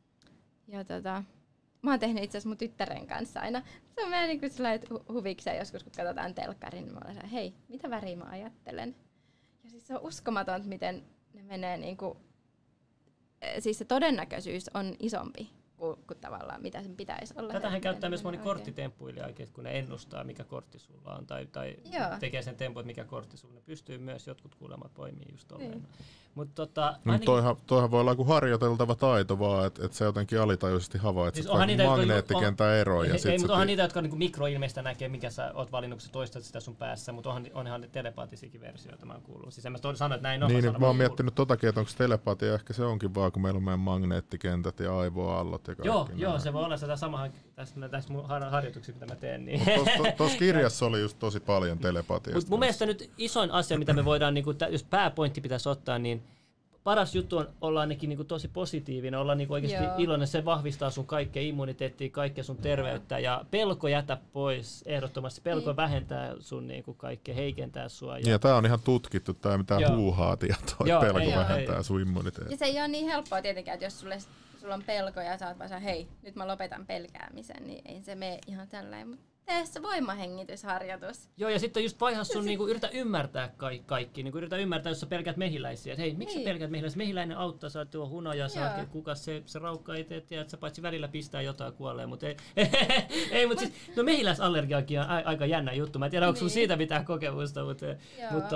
mä oon tehnyt itse asiassa mun tyttären kanssa aina. Se on meidän niin huvikseen joskus, kun katsotaan telkkarin, niin mä olen sanoa, hei, mitä väriä mä ajattelen? Ja siis se on uskomatonta, miten ne menee niinku, siis se todennäköisyys on isompi kuin tavallaan mitä sen pitäisi olla. Tätähän käyttää myös moni korttitemppuilija, kun ne ennustaa, mikä kortti sulla on, tai tekee sen tempun, että mikä kortti sulla. Ne pystyy myös jotkut kuulemat poimimaan just tolleen. Toihan voi olla kuin harjoiteltava taito vaan, että se jotenkin alitajuisesti havaitset siis magneettikentän eroja. Ei, mutta onhan niitä, jotka niinku mikroilmeistä näkee, mikä sä oot valinnut, kun sä toistat sitä sun päässä, mutta onhan ne telepaatisikin versioita, mä oon kuullut. Siis en mä sano, että näin on. Niin, mä oon miettinyt totakin, että onko telepatia, ehkä se onkin vaan, kun meillä on meidän magneettikentät ja aivoaallot ja kaikki. Joo, se voi olla sitä samaa tässä mun harjoituksissa, mitä mä teen. Niin. Tuossa kirjassa oli just tosi paljon telepatiasta. Mutta mun mielestä nyt isoin asia, mitä me voidaan, niinku, jos pääpointti pitäisi ottaa, niin paras juttu on olla ainakin niinku tosi positiivinen, olla niinku oikeasti iloinen, se vahvistaa sun kaikkea immuniteettia, kaikkea sun terveyttä ja pelko jätä pois ehdottomasti. Pelko vähentää sun niinku kaikkea, heikentää sua. Ja tää on ihan tutkittu, tää ei mitään huuhaa tietoa, pelko vähentää sun immuniteettia. Ja se ei ole niin helppoa tietenkään, että jos sulla on pelko ja sä oot vaan hei, nyt mä lopetan pelkäämisen, niin ei se mene ihan tällainen. Mutta tee se voimahengitysharjoitus. Joo, ja sitten just vaihaa sun, niinku, yritä ymmärtää kaikki. Niinku, yritä ymmärtää, jos sä pelkäät mehiläisiä. Et hei, miksi sä pelkäät mehiläisiä? Mehiläinen auttaa, sä tuo hunoja, kuka se raukka ei tee, että sä paitsi välillä pistää jotain kuolee. Mutta ei, mutta siis, no mehiläisallergiakin on aika jännä juttu. Mä en tiedä, onko sun siitä mitään kokemusta, mutta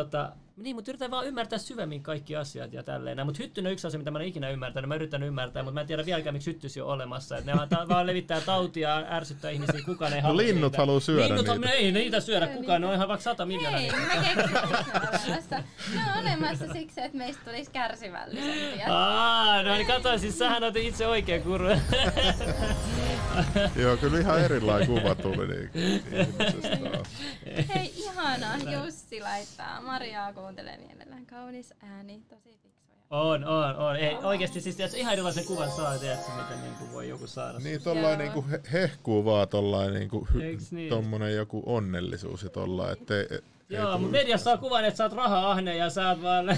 Niin, mutta yritän vaan ymmärtää syvemmin kaikki asiat ja tälleen. Mutta hyttynen on yksi asia, mitä mä en ikinä ymmärtänyt. Mä yritän ymmärtää, mutta mä en tiedä vieläkään, miksi hyttysiä on olemassa. Et ne vaan levittää tautia, ärsyttää ihmisiä, kukaan ei halua linnut haluaa syödä niitä. Ei niitä syödä kukaan, ne on ihan vaikka 100 miljoonaa. Hei, mä keksin, että ne on olemassa. Ne on olemassa siksi, että meistä tulisi kärsivällisempiä. No niin katsoin, siis sähän olet itse oikein kurva. Joo, kyllä ihan erilainen kuva tuli niin ihmisestä. Hei, ihanaa. Jussi laittaa. Mariaa kuuntelee mielellään. Kaunis ääni, tosi fiksuja. On. Ei, oikeesti siis ihan erilaisen kuvan saa, tiedätkö, miten niin voi joku saada. Niin, tollain niinku hehkuu vaan tollain niinku niin? tommonen joku onnellisuus ja tollain, ettei... Joo, mutta mediassa saa kuvan, että sä oot raha-ahne ja sä oot vaan...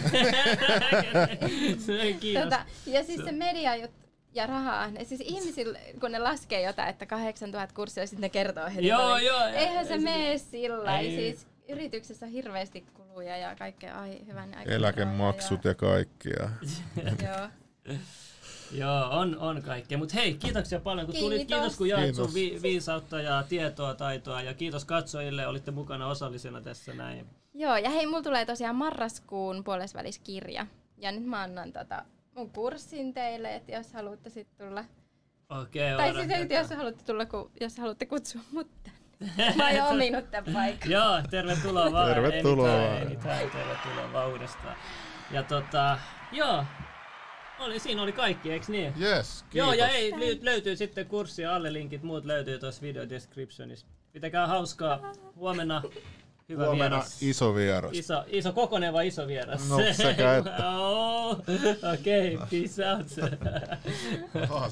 Se ei kiinnosta. Ja siis se media ja rahaa, siis ihmisillä, kun ne laskee jotain, että 8000 kurssia, sitten ne kertoo heti. Joo. Eihän se mene sillä. Siis yrityksessä on hirveästi kuluja ja kaikkea. Ai, hyvän aikaa. Eläkemaksut ja kaikkia. Joo. Joo, on kaikkea. Mutta hei, kiitoksia paljon kun tulit. Kiitos kun jaat sun viisautta ja tietoa, taitoa. Ja kiitos katsojille, olitte mukana osallisena tässä näin. Joo, ja hei, mulla tulee tosiaan marraskuun puolesväliskirja. Ja nyt mä annan mun kurssin teille, että jos haluatte sitten tulla. Okei, tai sitten jos haluatte tulla, jos haluatte kutsua mut tänne. Mä oon jo ominut tämän paikan. Joo, tervetuloa vaan. Tervetuloa vaan. Tervetuloa vaan uudestaan. Ja joo. Siinä oli kaikki, eiks niin? Yes, kiitos. Joo, ja löytyy sitten kurssia alle linkit, muut löytyy tuossa video descriptionissa. Pitäkää hauskaa. Huomenna hyvä vieras. Iso vieras. Iso kokonen vai iso vieras? No sekä että. Okei, peace out.